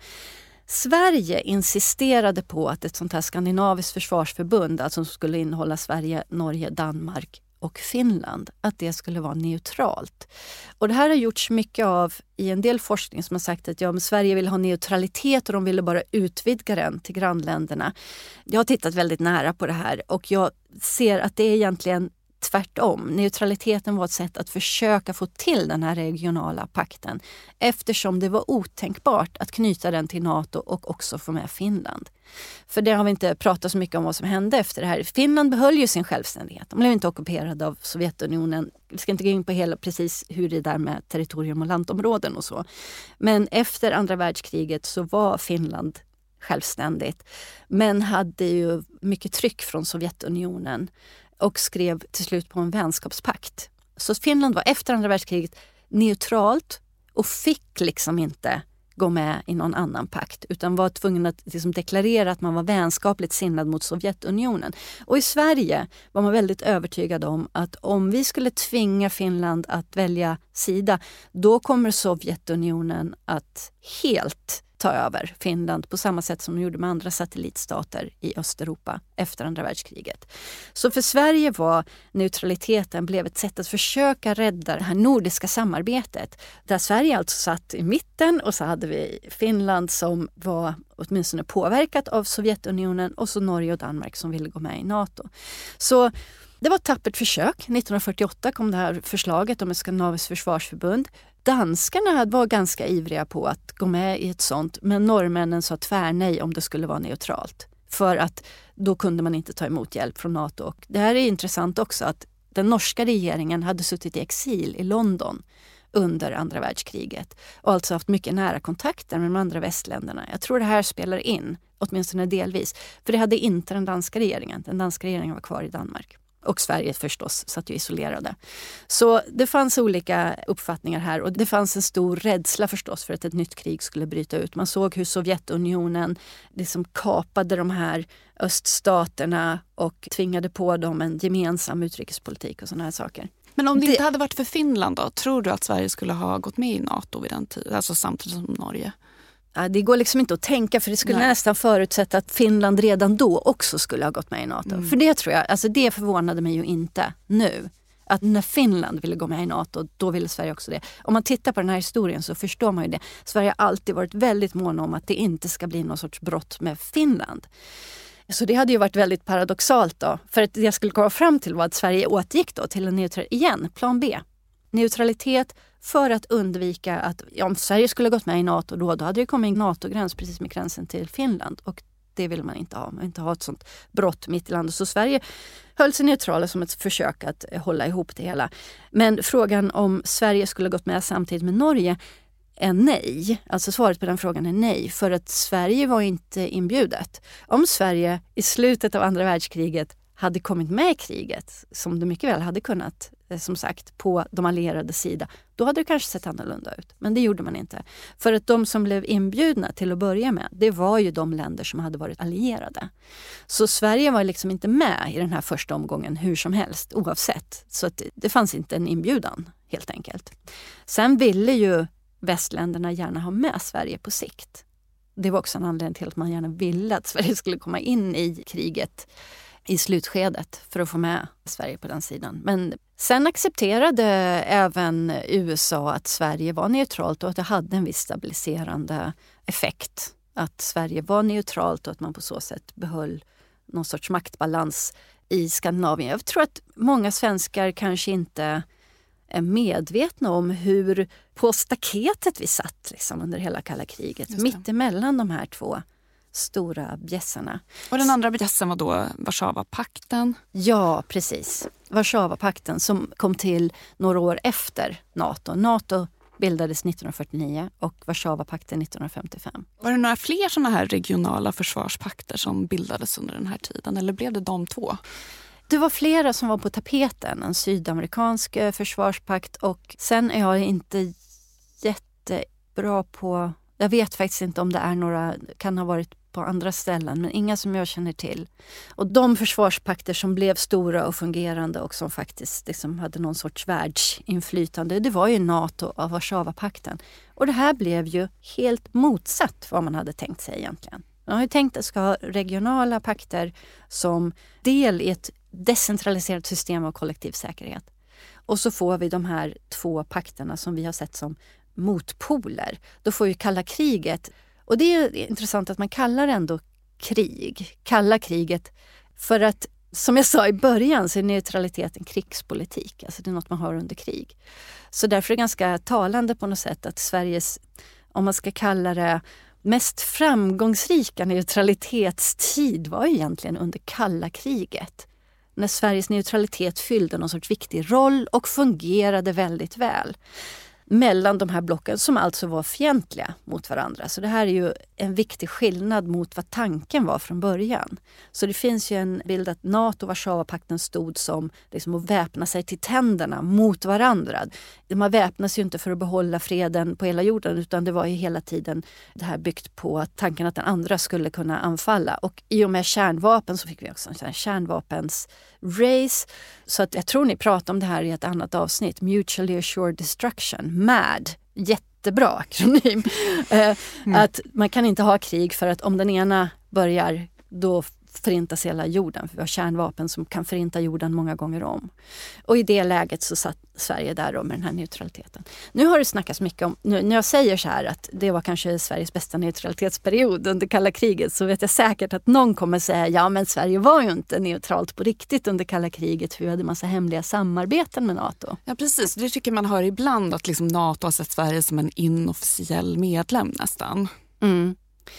Sverige insisterade på att ett sånt här skandinaviskt försvarsförbund, alltså som skulle innehålla Sverige, Norge, Danmark och Finland, att det skulle vara neutralt. Och det här har gjorts mycket av i en del forskning som har sagt att ja, men Sverige vill ha neutralitet och de ville bara utvidga den till grannländerna. Jag har tittat väldigt nära på det här och jag ser att det är egentligen tvärtom. Neutraliteten var ett sätt att försöka få till den här regionala pakten eftersom det var otänkbart att knyta den till NATO och också få med Finland. För det har vi inte pratat så mycket om vad som hände efter det här. Finland behöll ju sin självständighet. De blev inte ockuperade av Sovjetunionen. Vi ska inte gå in på hela precis hur det är där med territorium och landområden och så. Men efter andra världskriget så var Finland självständigt men hade ju mycket tryck från Sovjetunionen och skrev till slut på en vänskapspakt. Så Finland var efter andra världskriget neutralt och fick liksom inte gå med i någon annan pakt utan var tvungen att liksom deklarera att man var vänskapligt sinnad mot Sovjetunionen. Och i Sverige var man väldigt övertygad om att om vi skulle tvinga Finland att välja sida, då kommer Sovjetunionen att helt ta över Finland på samma sätt som de gjorde med andra satellitstater i Östeuropa efter andra världskriget. Så för Sverige var neutraliteten blev ett sätt att försöka rädda det här nordiska samarbetet. Där Sverige alltså satt i mitten och så hade vi Finland som var åtminstone påverkat av Sovjetunionen och så Norge och Danmark som ville gå med i NATO. Så det var ett tappert försök. nittonhundrafyrtioåtta kom det här förslaget om ett skandinaviskt försvarsförbund. Danskarna var ganska ivriga på att gå med i ett sånt, men norrmännen sa tvärnej om det skulle vara neutralt. För att då kunde man inte ta emot hjälp från NATO. Och det här är intressant också att den norska regeringen hade suttit i exil i London under andra världskriget och alltså haft mycket nära kontakter med de andra västländerna. Jag tror det här spelar in, åtminstone delvis. För det hade inte den danska regeringen. Den danska regeringen var kvar i Danmark. Och Sverige förstås satt ju isolerade. Så det fanns olika uppfattningar här och det fanns en stor rädsla förstås för att ett nytt krig skulle bryta ut. Man såg hur Sovjetunionen liksom kapade de här öststaterna och tvingade på dem en gemensam utrikespolitik och sådana här saker. Men om det, det inte hade varit för Finland då, tror du att Sverige skulle ha gått med i NATO vid den tiden, alltså samtidigt som Norge? Ja, det går liksom inte att tänka för det skulle Nej. nästan förutsätta att Finland redan då också skulle ha gått med i NATO. Mm. För det tror jag, alltså det förvånade mig ju inte nu. Att när Finland ville gå med i NATO, då ville Sverige också det. Om man tittar på den här historien så förstår man ju det. Sverige har alltid varit väldigt mån om att det inte ska bli någon sorts brott med Finland. Så det hade ju varit väldigt paradoxalt då. För att det jag skulle komma fram till var att Sverige återgick då till en neutral, igen, plan B. Neutralitet för att undvika att ja, om Sverige skulle gått med i NATO då, då hade det kommit en NATO-gräns precis med gränsen till Finland. Och det vill man inte ha. Man vill inte ha ett sånt brott mitt i landet. Så Sverige höll sig neutrala som ett försök att hålla ihop det hela. Men frågan om Sverige skulle gått med samtidigt med Norge är nej. Alltså svaret på den frågan är nej. För att Sverige var inte inbjudet. Om Sverige i slutet av andra världskriget hade kommit med i kriget, som det mycket väl hade kunnat, som sagt, på de allierade sida, då hade det kanske sett annorlunda ut. Men det gjorde man inte. För att de som blev inbjudna till att börja med, det var ju de länder som hade varit allierade. Så Sverige var liksom inte med i den här första omgången hur som helst, oavsett. Så att det fanns inte en inbjudan, helt enkelt. Sen ville ju västländerna gärna ha med Sverige på sikt. Det var också en anledning till att man gärna ville att Sverige skulle komma in i kriget i slutskedet för att få med Sverige på den sidan. Men sen accepterade även U S A att Sverige var neutralt och att det hade en viss stabiliserande effekt. Att Sverige var neutralt och att man på så sätt behöll någon sorts maktbalans i Skandinavien. Jag tror att många svenskar kanske inte är medvetna om hur på staketet vi satt liksom, under hela kalla kriget. Mitt emellan de här två stora bjässarna. Och den andra bjässen var då Warszawapakten? Ja, precis. Warszawapakten som kom till några år efter NATO. NATO bildades nittonhundrafyrtionio och Warszawapakten nittonhundrafemtiofem. Var det några fler sådana här regionala försvarspakter som bildades under den här tiden? Eller blev det de två? Det var flera som var på tapeten. En sydamerikansk försvarspakt och sen är jag inte jättebra på... Jag vet faktiskt inte om det är några, kan ha varit på andra ställen, men inga som jag känner till. Och de försvarspakter som blev stora och fungerande och som faktiskt liksom hade någon sorts världsinflytande, det var ju NATO och Warszawapakten. Och det här blev ju helt motsatt vad man hade tänkt sig egentligen. Man har ju tänkt att det ska ha regionala pakter som del i ett decentraliserat system av kollektiv säkerhet. Och så får vi de här två pakterna som vi har sett som motpoler. Då får ju kalla kriget, och det är intressant att man kallar det ändå krig, kalla kriget, för att som jag sa i början så är neutraliteten krigspolitik, alltså det är något man har under krig. Så därför är det ganska talande på något sätt att Sveriges, om man ska kalla det mest framgångsrika neutralitetstid var egentligen under kalla kriget. När Sveriges neutralitet fyllde någon sorts viktig roll och fungerade väldigt väl mellan de här blocken som alltså var fientliga mot varandra. Så det här är ju en viktig skillnad mot vad tanken var från början. Så det finns ju en bild att NATO och Warszawapakten stod som liksom att väpna sig till tänderna mot varandra. Man väpnas ju inte för att behålla freden på hela jorden, utan det var ju hela tiden det här byggt på tanken att den andra skulle kunna anfalla. Och i och med kärnvapen så fick vi också en sån här kärnvapens race. Så att jag tror ni pratar om det här i ett annat avsnitt. Mutually Assured Destruction. M A D. Jättebra akronym. mm. Att man kan inte ha krig för att om den ena börjar, då förintas hela jorden. För vi har kärnvapen som kan förinta jorden många gånger om. Och i det läget så satt Sverige där då med den här neutraliteten. Nu har det snackats mycket om, nu, när jag säger så här att det var kanske Sveriges bästa neutralitetsperiod under kalla kriget, så vet jag säkert att någon kommer säga ja men Sverige var ju inte neutralt på riktigt under kalla kriget, för vi hade massa hemliga samarbeten med NATO. Ja precis, det tycker man hör ibland att liksom NATO har sett Sverige som en inofficiell medlem nästan. Mm.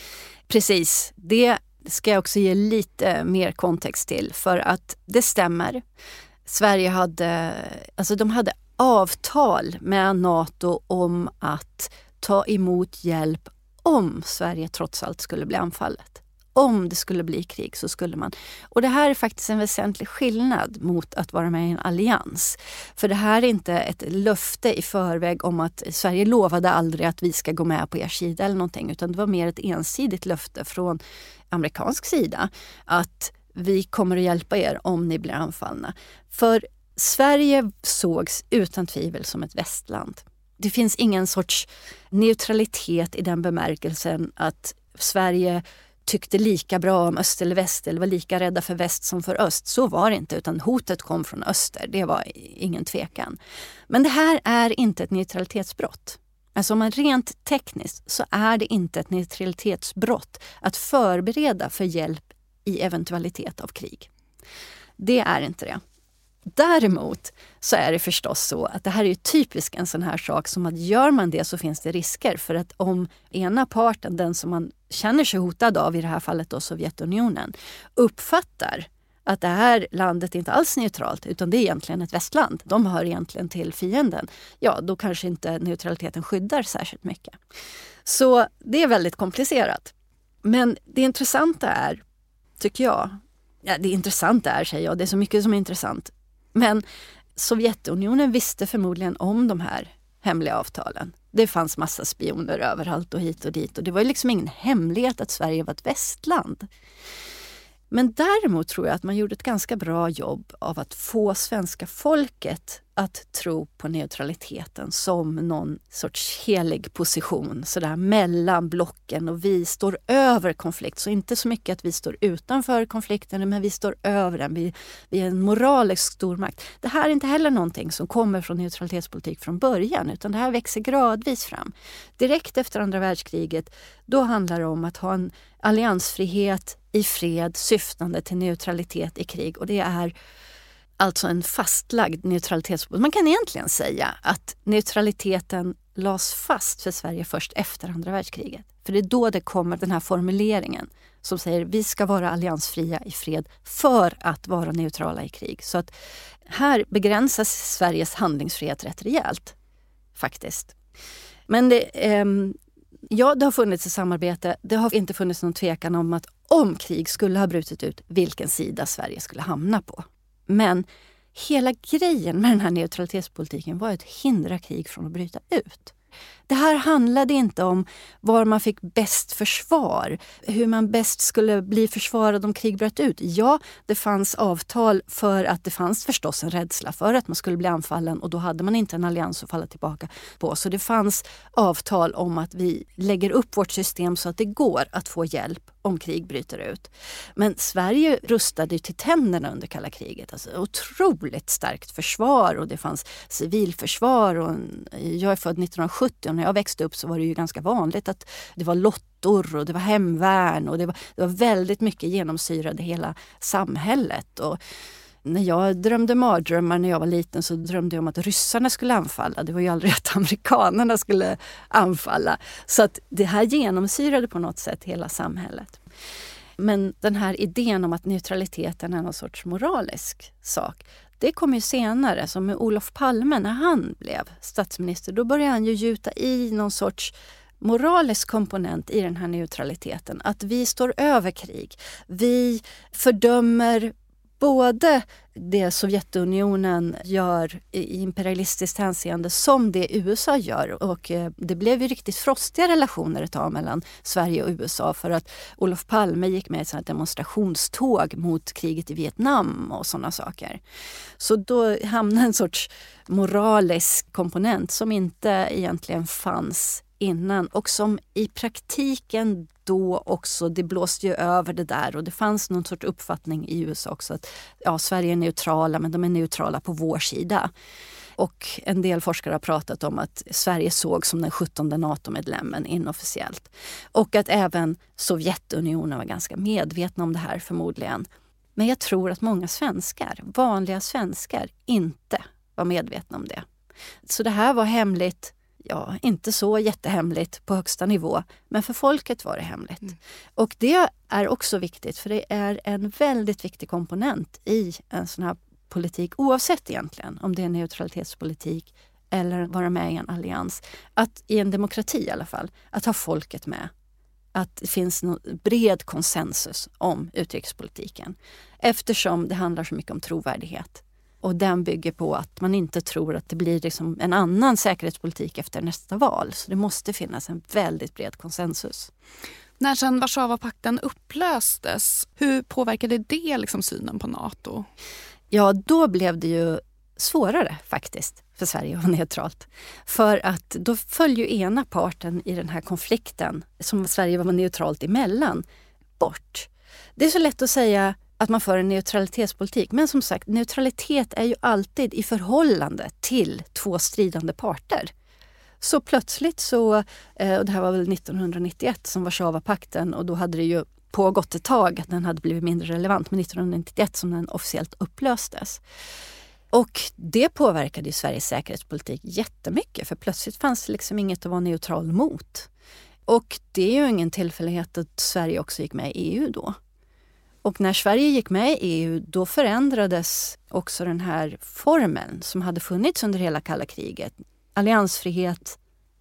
Precis, det ska jag också ge lite mer kontext till, för att det stämmer. Sverige hade, alltså de hade avtal med NATO om att ta emot hjälp om Sverige trots allt skulle bli anfallet. Om det skulle bli krig så skulle man. Och det här är faktiskt en väsentlig skillnad mot att vara med i en allians. För det här är inte ett löfte i förväg om att Sverige lovade aldrig att vi ska gå med på er sida eller någonting, utan det var mer ett ensidigt löfte från amerikansk sida att vi kommer att hjälpa er om ni blir anfallna. För Sverige sågs utan tvivel som ett västland. Det finns ingen sorts neutralitet i den bemärkelsen att Sverige tyckte lika bra om öst eller väst eller var lika rädda för väst som för öst. Så var det inte, utan hotet kom från öster. Det var ingen tvekan. Men det här är inte ett neutralitetsbrott. Alltså om man rent tekniskt så är det inte ett neutralitetsbrott att förbereda för hjälp i eventualitet av krig. Det är inte det. Däremot så är det förstås så att det här är ju typiskt en sån här sak som att gör man det så finns det risker. För att om ena parten, den som man känner sig hotad av, i det här fallet då Sovjetunionen, uppfattar att det här landet inte alls är neutralt utan det är egentligen ett västland. De hör egentligen till fienden. Ja, då kanske inte neutraliteten skyddar särskilt mycket. Så det är väldigt komplicerat. Men det intressanta är, tycker jag, ja, det intressanta är, säger jag, det är så mycket som är intressant. Men Sovjetunionen visste förmodligen om de här hemliga avtalen. Det fanns massa spioner överallt och hit och dit. Och det var ju liksom ingen hemlighet att Sverige var ett västland. Men däremot tror jag att man gjorde ett ganska bra jobb av att få svenska folket att tro på neutraliteten som någon sorts helig position. Sådär mellan blocken, och vi står över konflikt. Så inte så mycket att vi står utanför konflikten, men vi står över den. Vi, vi är en moralisk stormakt. Det här är inte heller någonting som kommer från neutralitetspolitik från början, utan det här växer gradvis fram. Direkt efter andra världskriget, då handlar det om att ha en alliansfrihet i fred syftande till neutralitet i krig. Och det är alltså en fastlagd neutralitetspolitik. Man kan egentligen säga att neutraliteten lades fast för Sverige först efter andra världskriget. För det är då det kommer den här formuleringen som säger vi ska vara alliansfria i fred för att vara neutrala i krig. Så att här begränsas Sveriges handlingsfrihet rätt rejält faktiskt. Men det, eh, ja, det har funnits ett samarbete. Det har inte funnits någon tvekan om att om krig skulle ha brutit ut, vilken sida Sverige skulle hamna på. Men hela grejen med den här neutralitetspolitiken var att hindra krig från att bryta ut. Det här handlade inte om var man fick bäst försvar, hur man bäst skulle bli försvarad om krig bröt ut. Ja, det fanns avtal för att det fanns förstås en rädsla för att man skulle bli anfallen, och då hade man inte en allians att falla tillbaka på. Så det fanns avtal om att vi lägger upp vårt system så att det går att få hjälp om krig bryter ut. Men Sverige rustade till tänderna under kalla kriget. Alltså otroligt starkt försvar, och det fanns civilförsvar. Och jag är född nittonhundrasjuttio, och när jag växte upp så var det ju ganska vanligt att det var lottor och det var hemvärn, och det var, det var väldigt mycket genomsyrade hela samhället. Och när jag drömde mardrömmar när jag var liten så drömde jag om att ryssarna skulle anfalla. Det var ju aldrig att amerikanerna skulle anfalla. Så att det här genomsyrade på något sätt hela samhället. Men den här idén om att neutraliteten är någon sorts moralisk sak, det kom ju senare, som med Olof Palme när han blev statsminister. Då började han ju gjuta i någon sorts moralisk komponent i den här neutraliteten. Att vi står över krig. Vi fördömer både det Sovjetunionen gör i imperialistiskt hänseende som det U S A gör. Och det blev ju riktigt frostiga relationer ett tag mellan Sverige och U S A, för att Olof Palme gick med i ett demonstrationståg mot kriget i Vietnam och sådana saker. Så då hamnade en sorts moralisk komponent som inte egentligen fanns innan, och som i praktiken då också, det blåste ju över det där, och det fanns någon sorts uppfattning i U S A också att ja, Sverige är neutrala, men de är neutrala på vår sida. Och en del forskare har pratat om att Sverige såg som den sjuttonde NATO-medlemmen inofficiellt. Och att även Sovjetunionen var ganska medvetna om det här förmodligen. Men jag tror att många svenskar, vanliga svenskar, inte var medvetna om det. Så det här var hemligt. Ja, inte så jättehemligt på högsta nivå, men för folket var det hemligt. Mm. Och det är också viktigt, för det är en väldigt viktig komponent i en sån här politik, oavsett egentligen om det är neutralitetspolitik eller vara med i en allians. Att i en demokrati i alla fall, att ha folket med. Att det finns en bred konsensus om utrikespolitiken. Eftersom det handlar så mycket om trovärdighet. Och den bygger på att man inte tror att det blir liksom en annan säkerhetspolitik efter nästa val. Så det måste finnas en väldigt bred konsensus. När sedan Warszawapakten upplöstes, hur påverkade det liksom synen på NATO? Ja, då blev det ju svårare faktiskt för Sverige att vara neutralt. För att då föll ju ena parten i den här konflikten som Sverige var neutralt emellan bort. Det är så lätt att säga att man för en neutralitetspolitik. Men som sagt, neutralitet är ju alltid i förhållande till två stridande parter. Så plötsligt så, och det här var väl nittonhundranittioett som Warszawapakten, och då hade det ju pågått ett tag att den hade blivit mindre relevant, men nittonhundranittioett som den officiellt upplöstes. Och det påverkade ju Sveriges säkerhetspolitik jättemycket, för plötsligt fanns det liksom inget att vara neutral mot. Och det är ju ingen tillfällighet att Sverige också gick med i E U då. Och när Sverige gick med i E U, då förändrades också den här formeln som hade funnits under hela kalla kriget. Alliansfrihet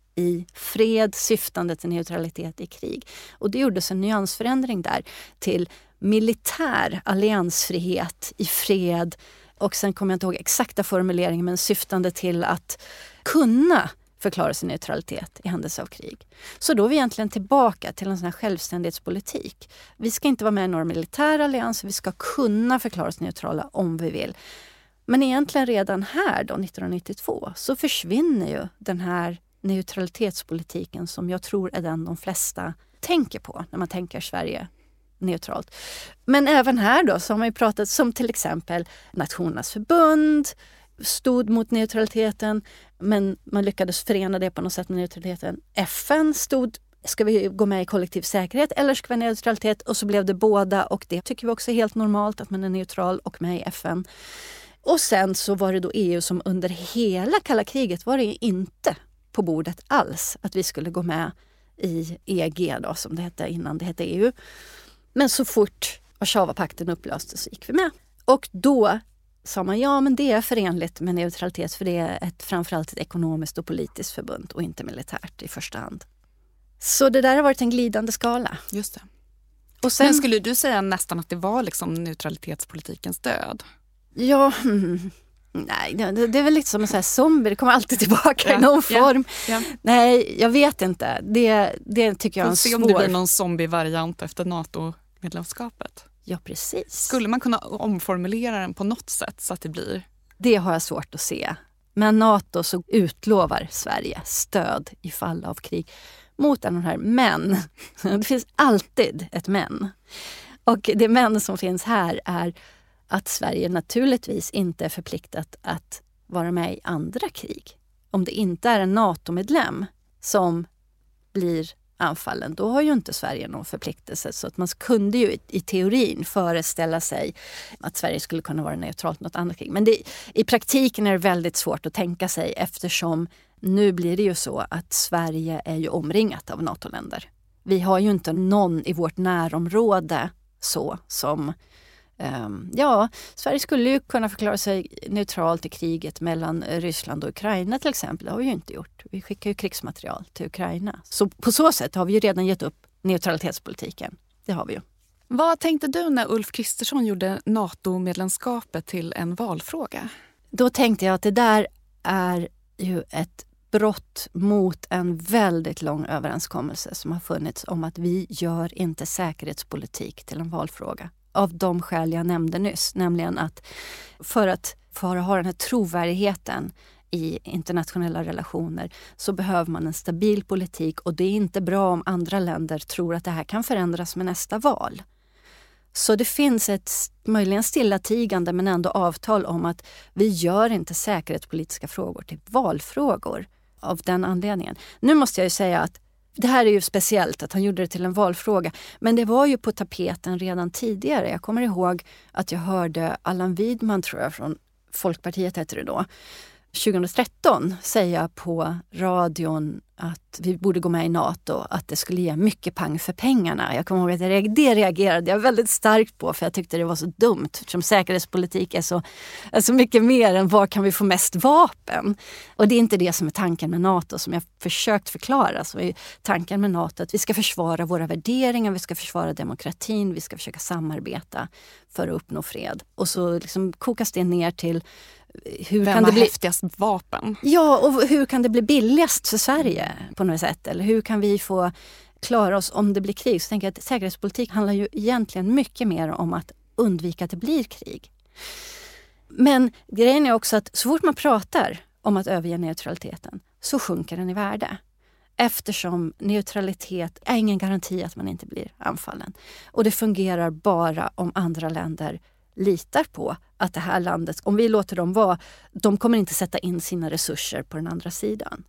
i fred, syftande till neutralitet i krig. Och det gjordes en nyansförändring där till militär alliansfrihet i fred. Och sen kommer jag inte ihåg exakta formuleringen, men syftande till att kunna förklara sin neutralitet i händelse av krig. Så då är vi egentligen tillbaka till en sån här självständighetspolitik. Vi ska inte vara med i några militära allianser, vi ska kunna förklara oss neutrala om vi vill. Men egentligen redan här då, nittonhundranittiotvå, så försvinner ju den här neutralitetspolitiken som jag tror är den de flesta tänker på när man tänker Sverige neutralt. Men även här då så har man ju pratat som till exempel Nationernas förbund stod mot neutraliteten, men man lyckades förena det på något sätt med neutraliteten. F N stod, ska vi gå med i kollektiv säkerhet eller ska vi ha neutralitet? Och så blev det båda, och det tycker vi också är helt normalt att man är neutral och med i F N. Och sen så var det då E U som under hela kalla kriget var det inte på bordet alls att vi skulle gå med i E G då, som det hette innan det hette E U. Men så fort Warszawapakten upplöstes så gick vi med. Och då sa man ja, men det är förenligt med neutralitet, för det är ett, framförallt ett ekonomiskt och politiskt förbund och inte militärt i första hand. Så det där har varit en glidande skala. Just det. Och sen, men skulle du säga nästan att det var liksom neutralitetspolitikens död? Ja, mm, nej, det, det är väl lite som en sån här zombie. Det kommer alltid tillbaka ja, i någon ja, form. Ja. Nej, jag vet inte. Det, det tycker jag är en svår... Se om det blir någon zombie-variant efter NATO-medlemskapet. Ja, precis. Skulle man kunna omformulera den på något sätt så att det blir... Det har jag svårt att se. Men NATO så utlovar Sverige stöd i fall av krig mot den här. Men, det finns alltid ett men. Och det men som finns här är att Sverige naturligtvis inte är förpliktat att vara med i andra krig. Om det inte är en NATO-medlem som blir anfallen, då har ju inte Sverige någon förpliktelse. Så att man kunde ju i teorin föreställa sig att Sverige skulle kunna vara neutralt något annat krig. Men det, i praktiken är det väldigt svårt att tänka sig, eftersom nu blir det ju så att Sverige är ju omringat av NATO-länder. Vi har ju inte någon i vårt närområde så som... Um, ja, Sverige skulle ju kunna förklara sig neutralt i kriget mellan Ryssland och Ukraina till exempel. Det har vi ju inte gjort. Vi skickar ju krigsmaterial till Ukraina. Så på så sätt har vi ju redan gett upp neutralitetspolitiken. Det har vi ju. Vad tänkte du när Ulf Kristersson gjorde NATO-medlemskapet till en valfråga? Då tänkte jag att det där är ju ett brott mot en väldigt lång överenskommelse som har funnits om att vi gör inte säkerhetspolitik till en valfråga. Av de skäl jag nämnde nyss, nämligen att för att för att ha den här trovärdigheten i internationella relationer så behöver man en stabil politik, och det är inte bra om andra länder tror att det här kan förändras med nästa val. Så det finns ett möjligen stillatigande men ändå avtal om att vi gör inte säkerhetspolitiska frågor till valfrågor av den anledningen. Nu måste jag ju säga att det här är ju speciellt att han gjorde det till en valfråga, men det var ju på tapeten redan tidigare. Jag kommer ihåg att jag hörde Allan Widman, tror jag, från Folkpartiet heter det då, tjugohundratretton säga på radion att vi borde gå med i NATO, att det skulle ge mycket pang för pengarna. Jag kommer ihåg att jag, det reagerade jag väldigt starkt på, för jag tyckte det var så dumt, eftersom säkerhetspolitik är så, är så mycket mer än var kan vi få mest vapen. Och det är inte det som är tanken med NATO, som jag försökt förklara. Så är tanken med NATO att vi ska försvara våra värderingar, vi ska försvara demokratin, vi ska försöka samarbeta för att uppnå fred. Och så liksom kokas det ner till hur Vem kan har det bli häftigast vapen? Ja, och hur kan det bli billigast för Sverige på något sätt? Eller hur kan vi få klara oss om det blir krig? Så tänker jag att säkerhetspolitik handlar ju egentligen mycket mer om att undvika att det blir krig. Men grejen är också att så fort man pratar om att överge neutraliteten så sjunker den i värde. Eftersom neutralitet är ingen garanti att man inte blir anfallen. Och det fungerar bara om andra länder litar på att det här landet, om vi låter dem vara, de kommer inte sätta in sina resurser på den andra sidan.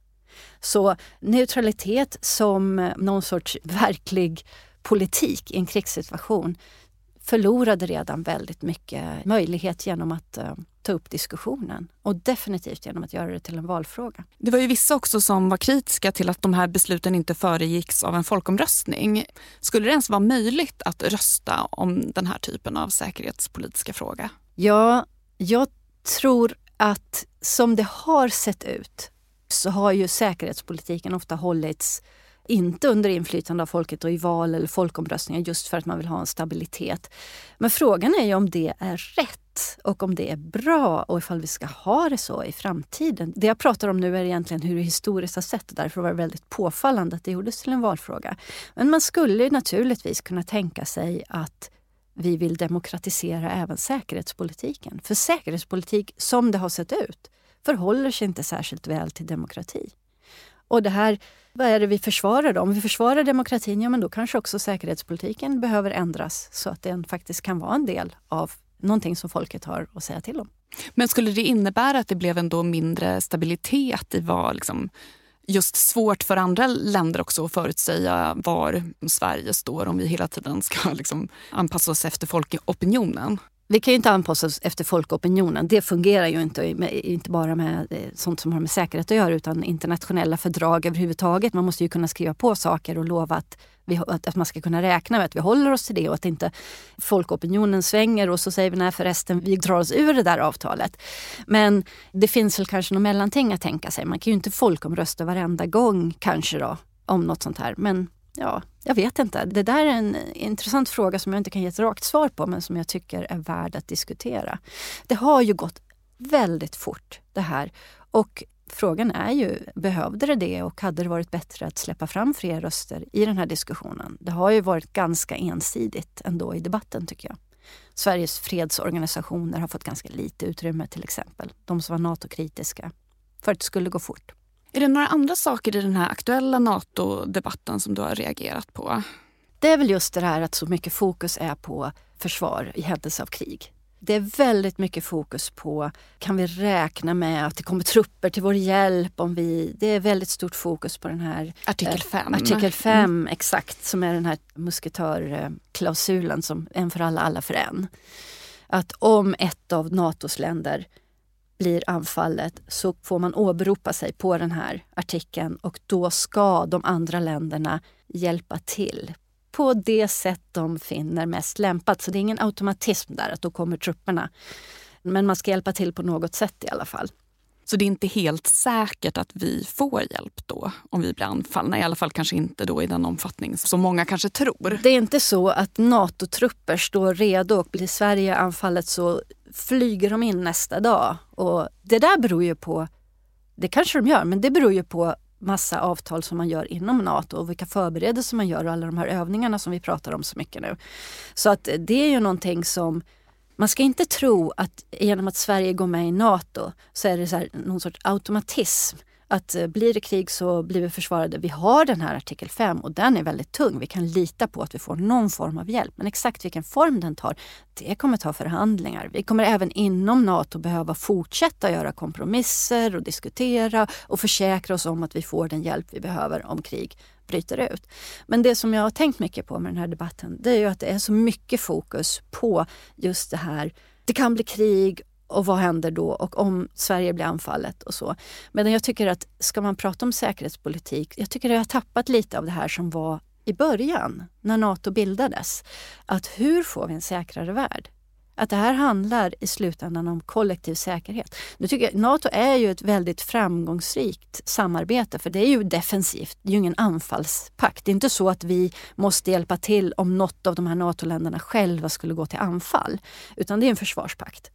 Så neutralitet som någon sorts verklig politik i en krigssituation förlorade redan väldigt mycket möjlighet genom att uh, ta upp diskussionen och definitivt genom att göra det till en valfråga. Det var ju vissa också som var kritiska till att de här besluten inte föregicks av en folkomröstning. Skulle det ens vara möjligt att rösta om den här typen av säkerhetspolitiska fråga? Ja, jag tror att som det har sett ut så har ju säkerhetspolitiken ofta hållits inte under inflytande av folket och i val eller folkomröstningar just för att man vill ha en stabilitet. Men frågan är ju om det är rätt och om det är bra och ifall vi ska ha det så i framtiden. Det jag pratar om nu är egentligen hur det historiskt har sett och därför var det väldigt påfallande att det gjordes till en valfråga. Men man skulle naturligtvis kunna tänka sig att vi vill demokratisera även säkerhetspolitiken. För säkerhetspolitik som det har sett ut förhåller sig inte särskilt väl till demokrati. Och det här, vad är det vi försvarar då? Om vi försvarar demokratin, ja men då kanske också säkerhetspolitiken behöver ändras så att den faktiskt kan vara en del av någonting som folket har att säga till om. Men skulle det innebära att det blev ändå mindre stabilitet i vad liksom, just svårt för andra länder också att förutsäga var Sverige står om vi hela tiden ska liksom anpassa oss efter folkopinionen? Vi kan ju inte anpassa oss efter folkopinionen. Det fungerar ju inte, inte bara med sånt som har med säkerhet att göra utan internationella fördrag överhuvudtaget. Man måste ju kunna skriva på saker och lova att, vi, att man ska kunna räkna med att vi håller oss till det och att inte folkopinionen svänger och så säger vi nej förresten vi drar oss ur det där avtalet. Men det finns väl kanske något mellanting att tänka sig. Man kan ju inte folkomrösta varenda gång kanske då om något sånt här. Men ja, jag vet inte. Det där är en intressant fråga som jag inte kan ge ett rakt svar på men som jag tycker är värd att diskutera. Det har ju gått väldigt fort det här och frågan är ju, behövde det det och hade det varit bättre att släppa fram fler röster i den här diskussionen? Det har ju varit ganska ensidigt ändå i debatten tycker jag. Sveriges fredsorganisationer har fått ganska lite utrymme till exempel. De som var NATO-kritiska för att det skulle gå fort. Är det några andra saker i den här aktuella NATO-debatten som du har reagerat på? Det är väl just det här att så mycket fokus är på försvar i händelse av krig. Det är väldigt mycket fokus på, kan vi räkna med att det kommer trupper till vår hjälp om vi... Det är väldigt stort fokus på den här... Artikel fem. Eh, artikel fem, mm. exakt, som är den här musketörklausulen som en för alla, alla för en. Att om ett av NATOs länder blir anfallet så får man åberopa sig på den här artikeln och då ska de andra länderna hjälpa till på det sätt de finner mest lämpat. Så det är ingen automatism där att då kommer trupperna. Men man ska hjälpa till på något sätt i alla fall. Så det är inte helt säkert att vi får hjälp då om vi blir anfallna. I alla fall kanske inte då i den omfattning som många kanske tror. Det är inte så att NATO-trupper står redo och blir Sverige anfallet så flyger de in nästa dag. Och det där beror ju på, det kanske de gör, men det beror ju på massa avtal som man gör inom NATO och vilka förberedelser man gör och alla de här övningarna som vi pratar om så mycket nu. Så att det är ju någonting som man ska inte tro att genom att Sverige går med i NATO så är det så här någon sorts automatism. Att blir det krig så blir vi försvarade. Vi har den här artikel fem och den är väldigt tung. Vi kan lita på att vi får någon form av hjälp. Men exakt vilken form den tar, det kommer ta förhandlingar. Vi kommer även inom NATO behöva fortsätta göra kompromisser och diskutera och försäkra oss om att vi får den hjälp vi behöver om krig bryter ut. Men det som jag har tänkt mycket på med den här debatten, det är ju att det är så mycket fokus på just det här. Det kan bli krig. Och vad händer då och om Sverige blir anfallet och så. Men jag tycker att ska man prata om säkerhetspolitik, jag tycker att jag har tappat lite av det här som var i början när NATO bildades. Att hur får vi en säkrare värld? Att det här handlar i slutändan om kollektiv säkerhet. Nu tycker jag NATO är ju ett väldigt framgångsrikt samarbete för det är ju defensivt. Det är ju ingen anfallspakt. Det är inte så att vi måste hjälpa till om något av de här NATO-länderna själva skulle gå till anfall. Utan det är en försvarspakt.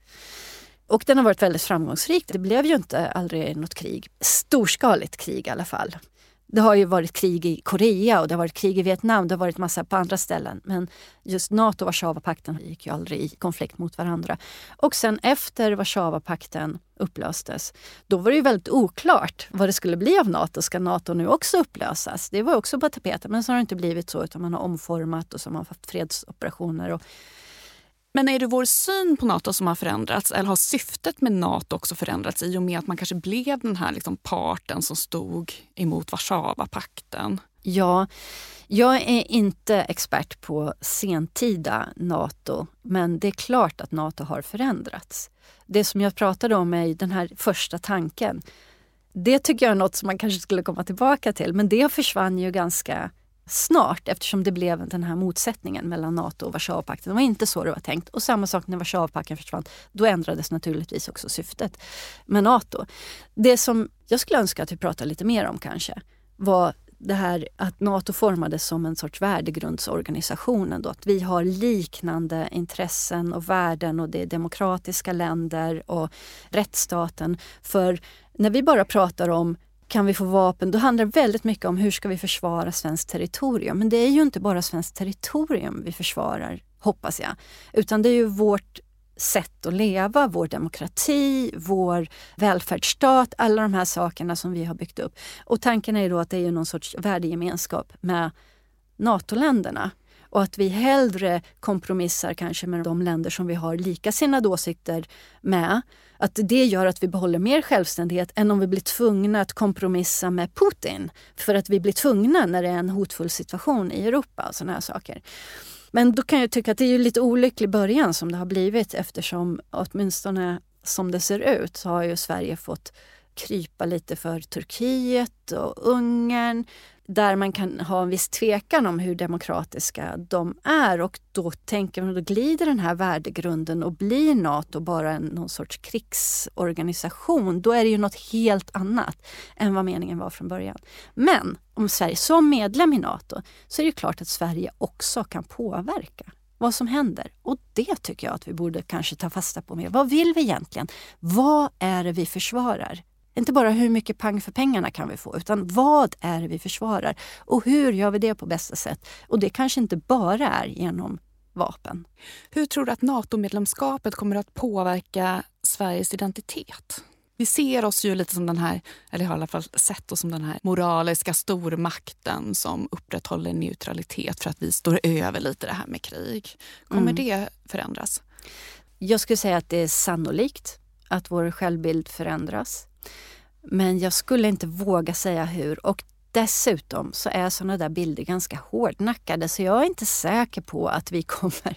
Och den har varit väldigt framgångsrik. Det blev ju inte aldrig något krig. Storskaligt krig i alla fall. Det har ju varit krig i Korea och det har varit krig i Vietnam. Det har varit massa på andra ställen. Men just NATO och Warszawapakten gick ju aldrig i konflikt mot varandra. Och sen efter Warszawapakten upplöstes, då var det ju väldigt oklart vad det skulle bli av NATO. Ska NATO nu också upplösas? Det var också på tapeten, men så har det inte blivit så, utan man har omformat och så har man haft fredsoperationer. Och Men är det vår syn på NATO som har förändrats, eller har syftet med NATO också förändrats i och med att man kanske blev den här liksom parten som stod emot Warszawapakten? Ja, jag är inte expert på sentida NATO, men det är klart att NATO har förändrats. Det som jag pratade om är den här första tanken. Det tycker jag är något som man kanske skulle komma tillbaka till, men det försvann ju ganska snart eftersom det blev den här motsättningen mellan NATO och Warszawapakten. Det var inte så det var tänkt. Och samma sak när Warszawapakten försvann, då ändrades naturligtvis också syftet med NATO. Det som jag skulle önska att vi pratar lite mer om kanske var det här att NATO formades som en sorts värdegrundsorganisation. Då, att vi har liknande intressen och värden och det är demokratiska länder och rättsstaten. För när vi bara pratar om kan vi få vapen, då handlar det väldigt mycket om hur ska vi försvara svenskt territorium. Men det är ju inte bara svenskt territorium vi försvarar, hoppas jag. Utan det är ju vårt sätt att leva, vår demokrati, vår välfärdsstat, alla de här sakerna som vi har byggt upp. Och tanken är ju då att det är ju någon sorts värdegemenskap med NATO-länderna. Och att vi hellre kompromissar kanske med de länder som vi har likasinnade åsikter med. Att det gör att vi behåller mer självständighet än om vi blir tvungna att kompromissa med Putin. För att vi blir tvungna när det är en hotfull situation i Europa och sådana här saker. Men då kan jag tycka att det är ju lite olycklig början som det har blivit, eftersom åtminstone som det ser ut så har ju Sverige fått krypa lite för Turkiet och Ungern, där man kan ha en viss tvekan om hur demokratiska de är, och då tänker man, då glider den här värdegrunden och blir NATO bara en, någon sorts krigsorganisation. Då är det ju något helt annat än vad meningen var från början. Men om Sverige som medlem i NATO så är det ju klart att Sverige också kan påverka vad som händer. Och det tycker jag att vi borde kanske ta fasta på mer. Vad vill vi egentligen? Vad är det vi försvarar? Inte bara hur mycket pang för pengarna kan vi få, utan vad är det vi försvarar? Och hur gör vi det på bästa sätt? Och det kanske inte bara är genom vapen. Hur tror du att NATO-medlemskapet kommer att påverka Sveriges identitet? Vi ser oss ju lite som den här, eller har i alla fall sett oss som den här moraliska stormakten som upprätthåller neutralitet för att vi står över lite det här med krig. Kommer mm. det förändras? Jag skulle säga att det är sannolikt att vår självbild förändras. Men jag skulle inte våga säga hur. Och dessutom så är sådana där bilder ganska hårdnackade. Så jag är inte säker på att vi kommer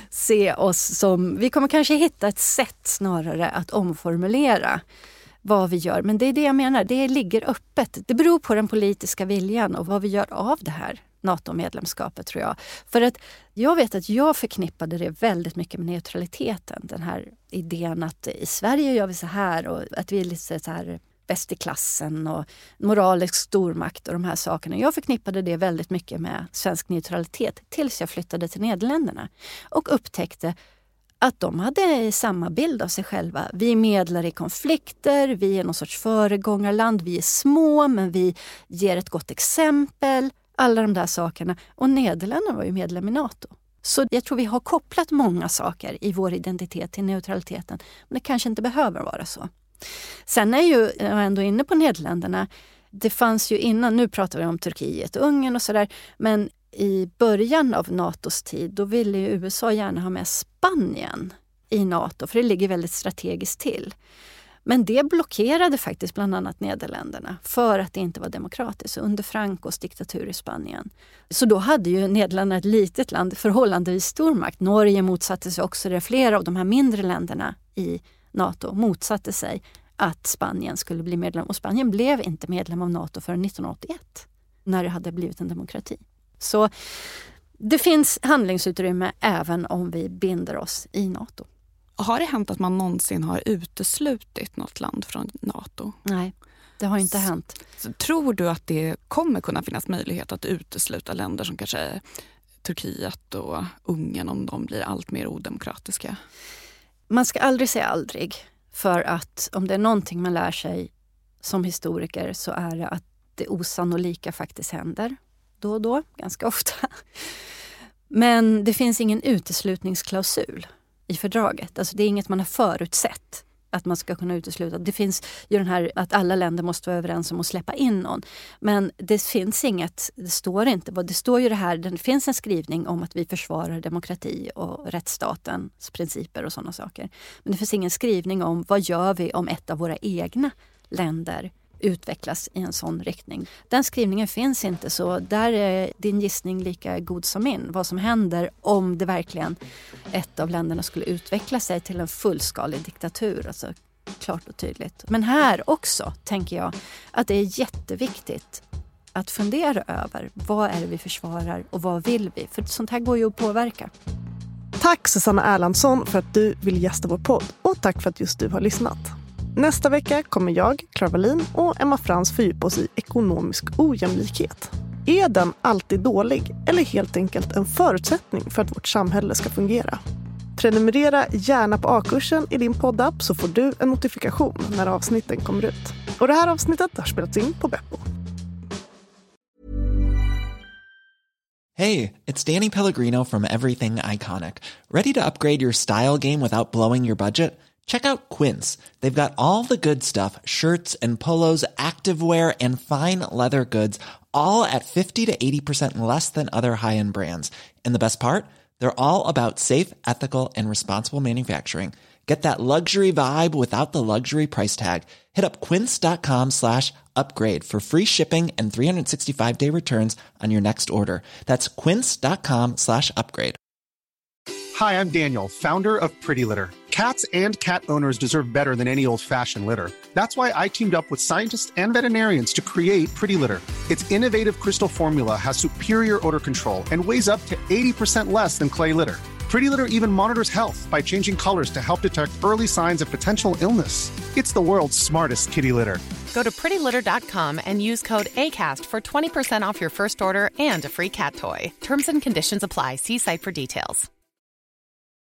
se oss som... Vi kommer kanske hitta ett sätt snarare att omformulera vad vi gör. Men det är det jag menar. Det ligger öppet. Det beror på den politiska viljan och vad vi gör av det här NATO-medlemskapet, tror jag. För att jag vet att jag förknippade det väldigt mycket med neutraliteten. Den här idén att i Sverige gör vi så här och att vi är lite så här bäst i klassen och moralisk stormakt och de här sakerna. Jag förknippade det väldigt mycket med svensk neutralitet tills jag flyttade till Nederländerna och upptäckte att de hade samma bild av sig själva. Vi är medlare i konflikter, vi är någon sorts föregångarland, vi är små men vi ger ett gott exempel. Alla de där sakerna. Och Nederländerna var ju medlem i NATO. Så jag tror vi har kopplat många saker i vår identitet till neutraliteten. Men det kanske inte behöver vara så. Sen är ju, jag är ändå inne på Nederländerna. Det fanns ju innan, nu pratar vi om Turkiet och Ungern och sådär. Men i början av NATOs tid, då ville ju U S A gärna ha med Spanien i NATO. För det ligger väldigt strategiskt till. Men det blockerade faktiskt bland annat Nederländerna för att det inte var demokratiskt under Francos diktatur i Spanien. Så då hade ju Nederländerna ett litet land, förhållandevis stormakt. Norge motsatte sig också det. Flera av de här mindre länderna i NATO motsatte sig att Spanien skulle bli medlem. Och Spanien blev inte medlem av NATO förrän nittonhundraåttioett när det hade blivit en demokrati. Så det finns handlingsutrymme även om vi binder oss i NATO. Har det hänt att man någonsin har uteslutit något land från NATO? Nej, det har inte så, hänt. Så tror du att det kommer kunna finnas möjlighet att utesluta länder som kanske Turkiet och Ungern om de blir allt mer odemokratiska? Man ska aldrig säga aldrig. För att om det är någonting man lär sig som historiker så är det att det osannolika faktiskt händer då och då, ganska ofta. Men det finns ingen uteslutningsklausul i fördraget. Alltså det är inget man har förutsett att man ska kunna utesluta. Det finns ju den här att alla länder måste vara överens om att släppa in någon. Men det finns inget, det står inte, det står ju det här, det finns en skrivning om att vi försvarar demokrati och rättsstatens principer och sådana saker. Men det finns ingen skrivning om vad gör vi om ett av våra egna länder utvecklas i en sån riktning. Den skrivningen finns inte, så där är din gissning lika god som min. Vad som händer om det verkligen ett av länderna skulle utveckla sig till en fullskalig diktatur. Alltså klart och tydligt. Men här också tänker jag att det är jätteviktigt att fundera över vad är det vi försvarar och vad vill vi? För sånt här går ju att påverka. Tack Susanna Erlandsson för att du vill gästa vår podd och tack för att just du har lyssnat. Nästa vecka kommer jag, Clara Wallin och Emma Frans fördjupa oss i ekonomisk ojämlikhet. Är den alltid dålig eller helt enkelt en förutsättning för att vårt samhälle ska fungera? Prenumerera gärna på A-kursen i din poddapp så får du en notifikation när avsnitten kommer ut. Och det här avsnittet har spelats in på Beppo. Hey, it's Danny Pellegrino from Everything Iconic. Ready to upgrade your style game without blowing your budget? Check out Quince. They've got all the good stuff, shirts and polos, activewear and fine leather goods, all at fifty to eighty percent less than other high-end brands. And the best part? They're all about safe, ethical and responsible manufacturing. Get that luxury vibe without the luxury price tag. Hit up quince.com slash upgrade for free shipping and three sixty-five day returns on your next order. That's quince.com slash upgrade. Hi, I'm Daniel, founder of Pretty Litter. Cats and cat owners deserve better than any old-fashioned litter. That's why I teamed up with scientists and veterinarians to create Pretty Litter. Its innovative crystal formula has superior odor control and weighs up to eighty percent less than clay litter. Pretty Litter even monitors health by changing colors to help detect early signs of potential illness. It's the world's smartest kitty litter. Go to pretty litter dot com and use code ACAST for twenty percent off your first order and a free cat toy. Terms and conditions apply. See site for details.